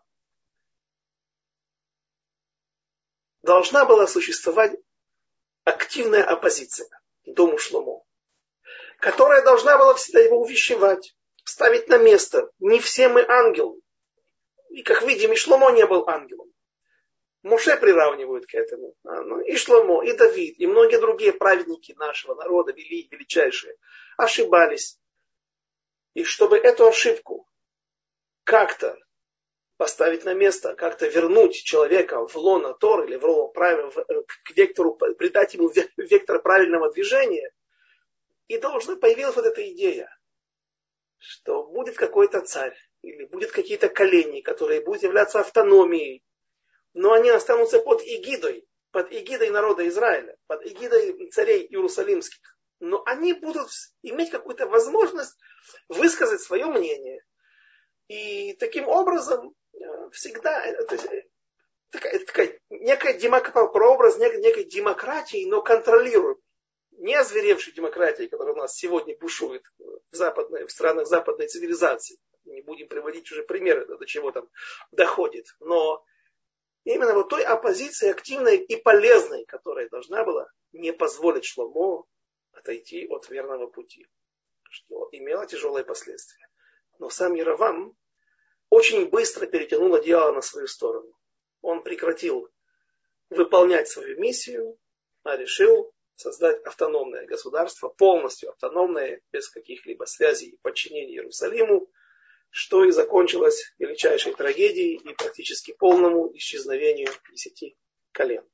Должна была существовать активная оппозиция дому Шломо, которая должна была всегда его увещевать, ставить на место. Не все мы ангелы. И, как видим, и Шломо не был ангелом. Моше приравнивают к этому. И Шломо, и Давид, и многие другие праведники нашего народа, величайшие, ошибались. И чтобы эту ошибку как-то поставить на место, как-то вернуть человека в лоно Тор или к вектору, придать ему вектор правильного движения, и появилась вот эта идея, что будет какой-то царь, или будут какие-то колени, которые будут являться автономией, но они останутся под эгидой народа Израиля, под эгидой царей иерусалимских. Но они будут иметь какую-то возможность высказать свое мнение. И таким образом всегда такая некая прообраз некой демократии, но контролируемой. Не озверевшей демократии, которая у нас сегодня бушует в странах западной цивилизации. Не будем приводить уже примеры, до чего там доходит. Но именно вот той оппозиции активной и полезной, которая должна была не позволить Шломо отойти от верного пути, что имело тяжелые последствия. Но сам Яровам очень быстро перетянул одеяло на свою сторону. Он прекратил выполнять свою миссию, а решил создать автономное государство, полностью автономное, без каких-либо связей и подчинений Иерусалиму, что и закончилось величайшей трагедией и практически полному исчезновению 10 колен.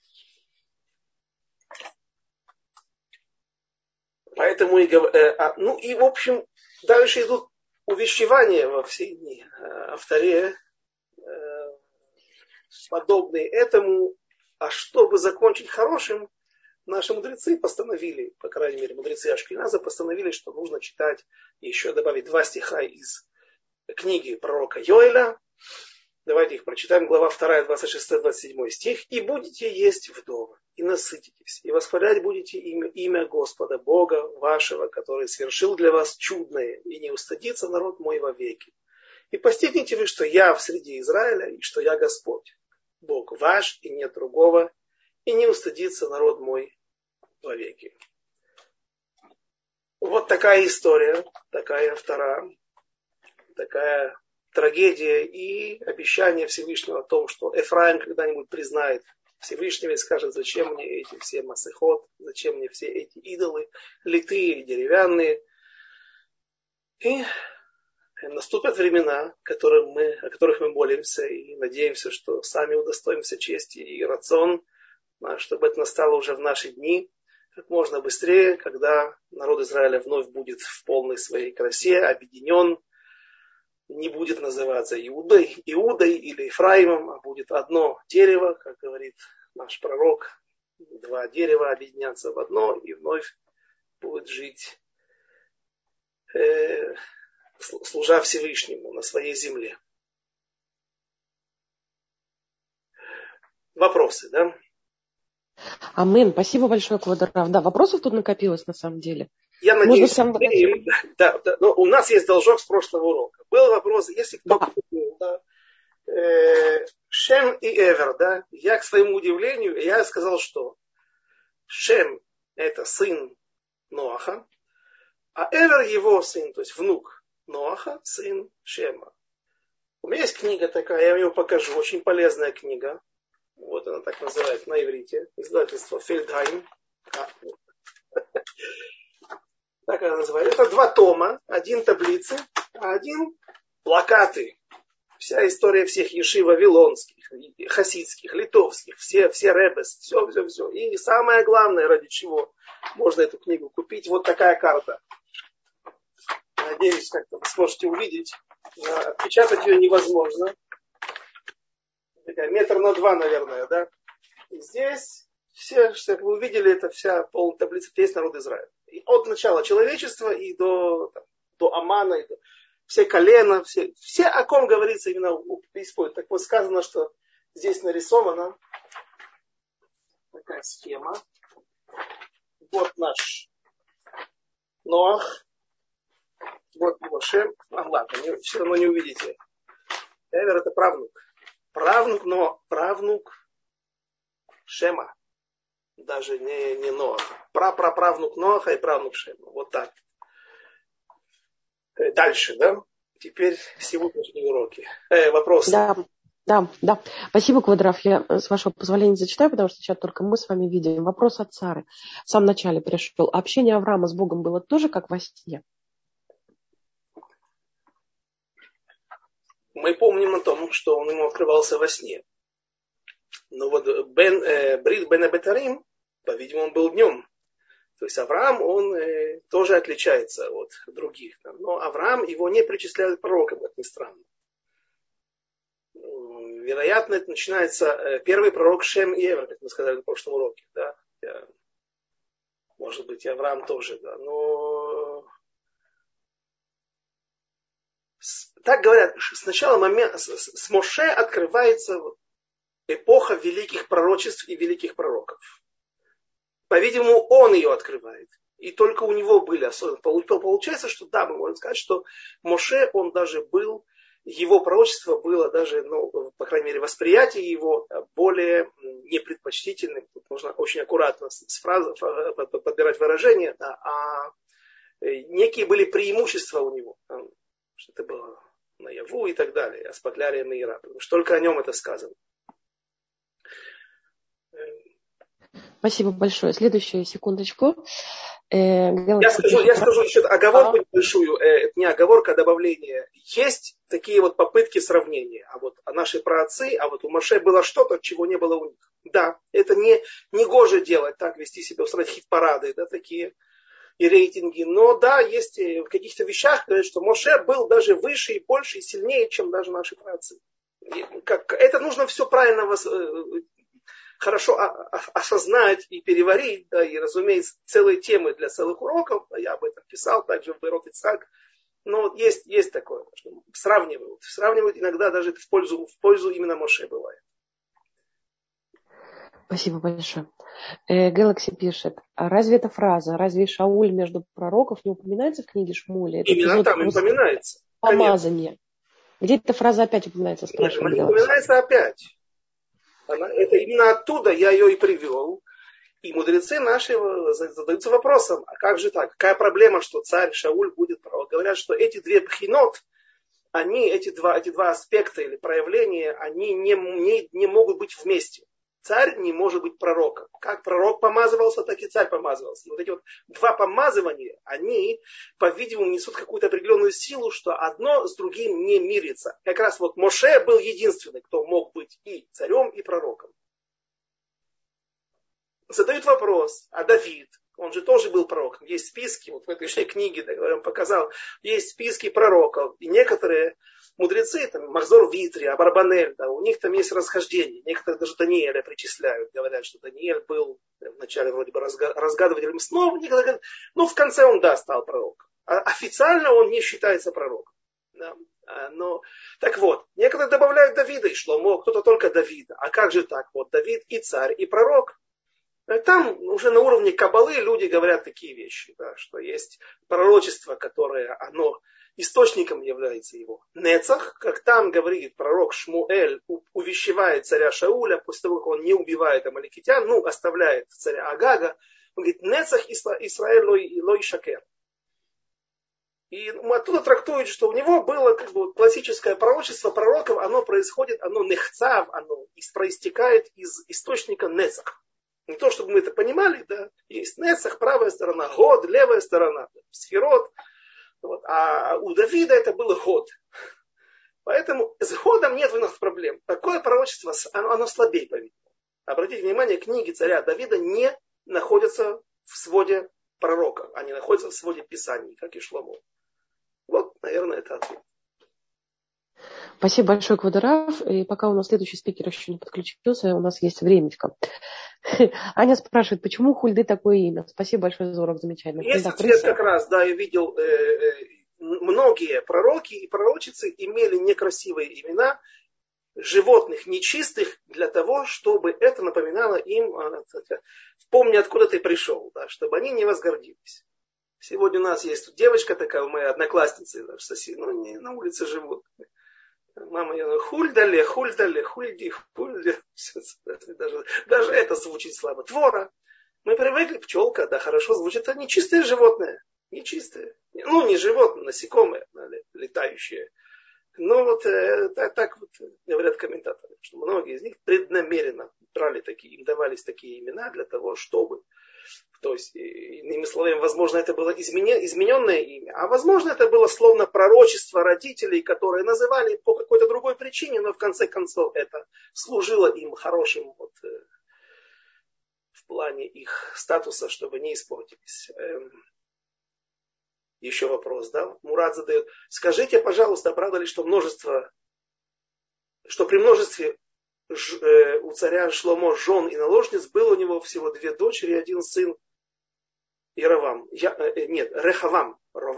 Поэтому и в общем, дальше идут увещевания во все дни о вторе, подобные этому. А чтобы закончить хорошим, наши мудрецы постановили, по крайней мере, мудрецы Ашкеназа постановили, что нужно читать, еще добавить 2 стиха из книги пророка Йоэля. Давайте их прочитаем. Глава 2, 26-27 стих. «И будете есть вдовы, и насытитесь, и восхвалять будете имя Господа, Бога вашего, который совершил для вас чудное, и не устыдится народ мой вовеки. И постигните вы, что я в среде Израиля, и что я Господь, Бог ваш, и нет другого, и не устыдится народ мой вовеки». Вот такая история, такая вторая, такая трагедия и обещание Всевышнего о том, что Эфраим когда-нибудь признает Всевышнего и скажет: зачем мне эти все масехот, зачем мне все эти идолы, литые или деревянные. И наступят времена, о которых мы молимся и надеемся, что сами удостоимся чести и рацион, чтобы это настало уже в наши дни, как можно быстрее, когда народ Израиля вновь будет в полной своей красе, объединен, не будет называться Иудой или Ефраимом, а будет одно дерево, как говорит наш пророк, 2 дерева объединятся в одно и вновь будет жить, служа Всевышнему на своей земле. Вопросы, да? Амин. Спасибо большое, Квадрав. Да, вопросов тут накопилось на самом деле. Я надеюсь, да, но у нас есть должок с прошлого урока. Был вопрос, если кто-то помнил, Шем и Эвер, да, я к своему удивлению, я сказал, что Шем это сын Ноаха, а Эвер его сын, то есть внук Ноаха, сын Шема. У меня есть книга такая, я вам ее покажу, очень полезная книга. Вот она так называется на иврите. Издательство Фельдхайм. Так она называется. Это 2 тома. 1 таблицы, а 1 плакаты. Вся история всех ешив вавилонских, хасидских, литовских, все ребес, все. И самое главное, ради чего можно эту книгу купить, вот такая карта. Надеюсь, как-то вы сможете увидеть. Отпечатать ее невозможно. Такая 1 метр на 2, наверное, да. И здесь все, что вы увидели, это вся полная таблица, весь народ Израиля. И от начала человечества и до Амана, и все колена, все о ком говорится именно у исповеди. Так вот сказано, что Здесь нарисована такая схема. Вот наш Ноах. Вот Моше. Ладно, все равно не увидите. Эвер это правнук. Правнук, но правнук Шема. Даже не Ноаха. Праправнук Ноаха и правнук Шема. Вот так. Дальше, да? Теперь сегодняшние уроки. Вопросы. Да. Спасибо, Квадрав. Я, с вашего позволения, зачитаю, потому что сейчас только мы с вами видим. Вопрос от Сары. В самом начале пришел. Общение Авраама с Богом было тоже как во сне? Мы помним о том, что он ему открывался во сне. Но вот Брит бен Абетарим, по-видимому, был днем. То есть Авраам, он тоже отличается от других. Но Авраам, его не причисляют к пророкам, как ни странно. Вероятно, это начинается первый пророк Шем и Эвер, как мы сказали на прошлом уроке. Да? Может быть, и Авраам тоже. Да? Но так говорят, сначала с Моше открывается эпоха великих пророчеств и великих пророков. По-видимому, он ее открывает. И только у него были особенно. Получается, что да, мы можем сказать, что Моше, он даже был, его пророчество было даже, по крайней мере, восприятие его более непредпочтительным. Тут нужно очень аккуратно подбирать выражения, да, а некие были преимущества у него. Что это было наяву и так далее. Аспаклярия Меира. Потому что только о нем это сказано. Спасибо большое. Следующую секундочку. Я скажу еще оговорку небольшую. Это не оговорка, а добавление. Есть такие вот попытки сравнения. А вот наши праотцы, а вот у Моше было что-то, чего не было у них. Да, это не гоже делать, так вести себя, устраивать хит-парады, да, такие и рейтинги. Но да, есть в каких-то вещах, говорят, что Моше был даже выше и больше и сильнее, чем даже наши праотцы. Это нужно все правильно хорошо осознать и переварить, да, и, разумеется, целые темы для целых уроков, я об этом писал также в Берот Ицхак, но есть такое, что сравнивают иногда даже в пользу именно Моше бывает. Спасибо большое. Galaxy пишет, а разве эта фраза, разве Шауль между пророков не упоминается в книге Шмуэля? Именно там упоминается. Помазание. Где эта фраза опять упоминается, спрашивает Galaxy? Упоминается опять. Это именно оттуда я ее и привел. И мудрецы наши задаются вопросом, а как же так? Какая проблема, что царь Шауль будет пророк? Говорят, что эти две бхинот, эти два аспекта или проявления, они не могут быть вместе. Царь не может быть пророком. Как пророк помазывался, так и царь помазывался. И вот эти вот два помазывания, они, по-видимому, несут какую-то определенную силу, что одно с другим не мирится. Как раз вот Моше был единственный, кто мог быть и царем, и пророком. Задают вопрос, а Давид, он же тоже был пророком. Есть списки, вот в этой книге, да, я вам показал, есть списки пророков. И некоторые мудрецы, там, Махзор Витри, Абарбанель, да, у них там есть расхождения. Некоторые даже Даниэля причисляют. Говорят, что Даниэль был вначале вроде бы разгадывателем снов. Некоторые говорят, в конце он, да, стал пророком. А официально он не считается пророком. Да. Но, так вот, некоторые добавляют Давида и Шломо, кто-то только Давида. А как же так? Вот Давид и царь, и пророк. Там уже на уровне каббалы люди говорят такие вещи, да, что есть пророчество, которое оно источником является его нецах, как там говорит пророк Шмуэль, увещевает царя Шауля после того, как он не убивает амаликитян, оставляет царя Агага, он говорит, нецах Исраэль лой шакер. И оттуда трактуют, что у него было классическое пророчество пророков, оно происходит, оно нехцав, оно проистекает из источника нецах. Не то, чтобы мы это понимали, да, есть нецах, правая сторона, год, левая сторона, сферот. Вот. А у Давида это было год. Поэтому с годом нет у нас проблем. Такое пророчество, оно слабее, по-видимому. Обратите внимание, книги царя Давида не находятся в своде пророков. Они находятся в своде писаний, как и Шломо. Вот, наверное, это ответ. Спасибо большое, Квадрав. И пока у нас следующий спикер еще не подключился, у нас есть времечко. Аня спрашивает, почему Хульды такое имя? Спасибо большое за урок, замечательно. Есть ответ как раз, да, я видел, многие пророки и пророчицы имели некрасивые имена, животных нечистых для того, чтобы это напоминало им, помни, откуда ты пришел, да, чтобы они не возгордились. Сегодня у нас есть тут девочка такая, у моей одноклассницы, даже сосед, ну, не на улице живут. Мама ее хульдале, хульдале, хульди, хульди. Даже это звучит слабо. Твора. Мы привыкли, пчелка, да, хорошо звучит, это нечистое животное. Нечистое. Ну, не животное, насекомое, летающее. Ну, вот так вот говорят комментаторы, что многие из них преднамеренно брали такие, им давались такие имена для того, чтобы, то есть, иными словами, возможно, это было измененное имя, а возможно, это было словно пророчество родителей, которые называли по какой-то другой причине, но в конце концов это служило им хорошим вот, в плане их статуса, чтобы не испортились. Еще вопрос, да? Мурат задает. Скажите, пожалуйста, правда ли, что при множестве у царя Шломо жен и наложниц было у него всего 2 дочери и 1 сын Яровам. Рехавам.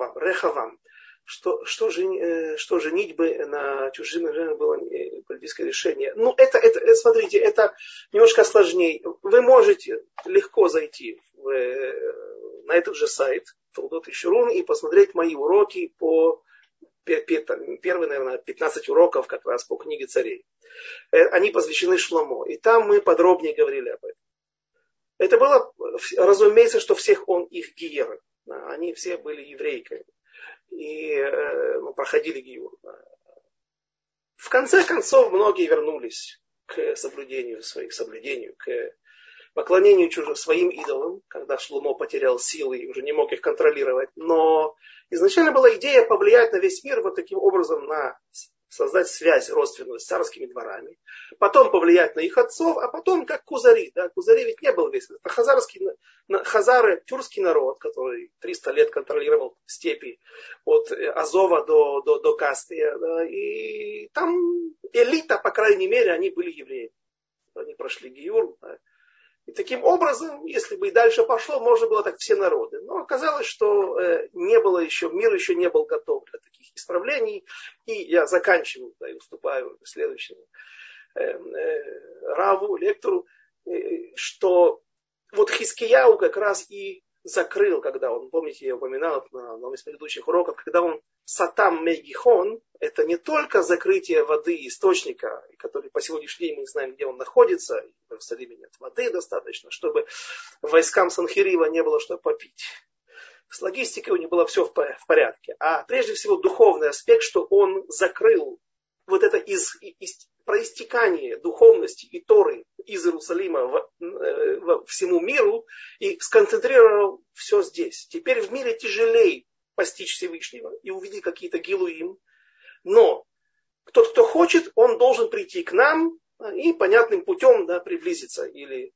Что женитьбы на чужих женах было политическое решение. Ну, это, смотрите, это немножко сложнее. Вы можете легко зайти на этот же сайт Толдот Ишурун и посмотреть мои уроки по первые, наверное, 15 уроков как раз по книге царей. Они посвящены Шломо. И там мы подробнее говорили об этом. Это было, разумеется, что всех он их гиер. Они все были еврейками. И проходили гиюр. В конце концов, многие вернулись к соблюдению, к поклонению своим идолам, когда Шломо потерял силы и уже не мог их контролировать. Но изначально была идея повлиять на весь мир вот таким образом, создать связь родственную с царскими дворами, потом повлиять на их отцов, а потом как кузари. Да? Кузари ведь не был весь. Это хазары, тюркский народ, который 300 лет контролировал степи от Азова до Каспия. Да? И там элита, по крайней мере, они были евреями. Они прошли гиюр. Да? И таким образом, если бы и дальше пошло, можно было так все народы. Но оказалось, что мир еще не был готов для таких исправлений. И я заканчиваю, да, и уступаю следующему раву, лектору, что вот Хискияу как раз и закрыл, когда он, помните, я упоминал на одном из предыдущих уроков, когда он Сатам Мегихон, это не только закрытие воды источника, который по сегодняшний день мы не знаем, где он находится, в Иерусалиме нет воды достаточно, чтобы войскам Санхирива не было что попить. С логистикой у них было все в порядке. А прежде всего духовный аспект, что он закрыл вот это проистекание духовности и Торы из Иерусалима всему миру и сконцентрировал все здесь. Теперь в мире тяжелее постичь Всевышнего и увидеть какие-то гилуим. Но тот, кто хочет, он должен прийти к нам и понятным путем, да, приблизиться. Или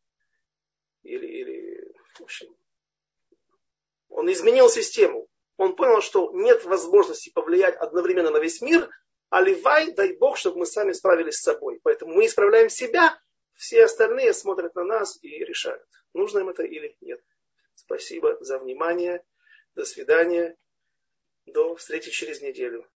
в общем, он изменил систему. Он понял, что нет возможности повлиять одновременно на весь мир, а ливай, дай Бог, чтобы мы сами справились с собой. Поэтому мы исправляем себя, все остальные смотрят на нас и решают, нужно им это или нет. Спасибо за внимание. До свидания. До встречи через неделю.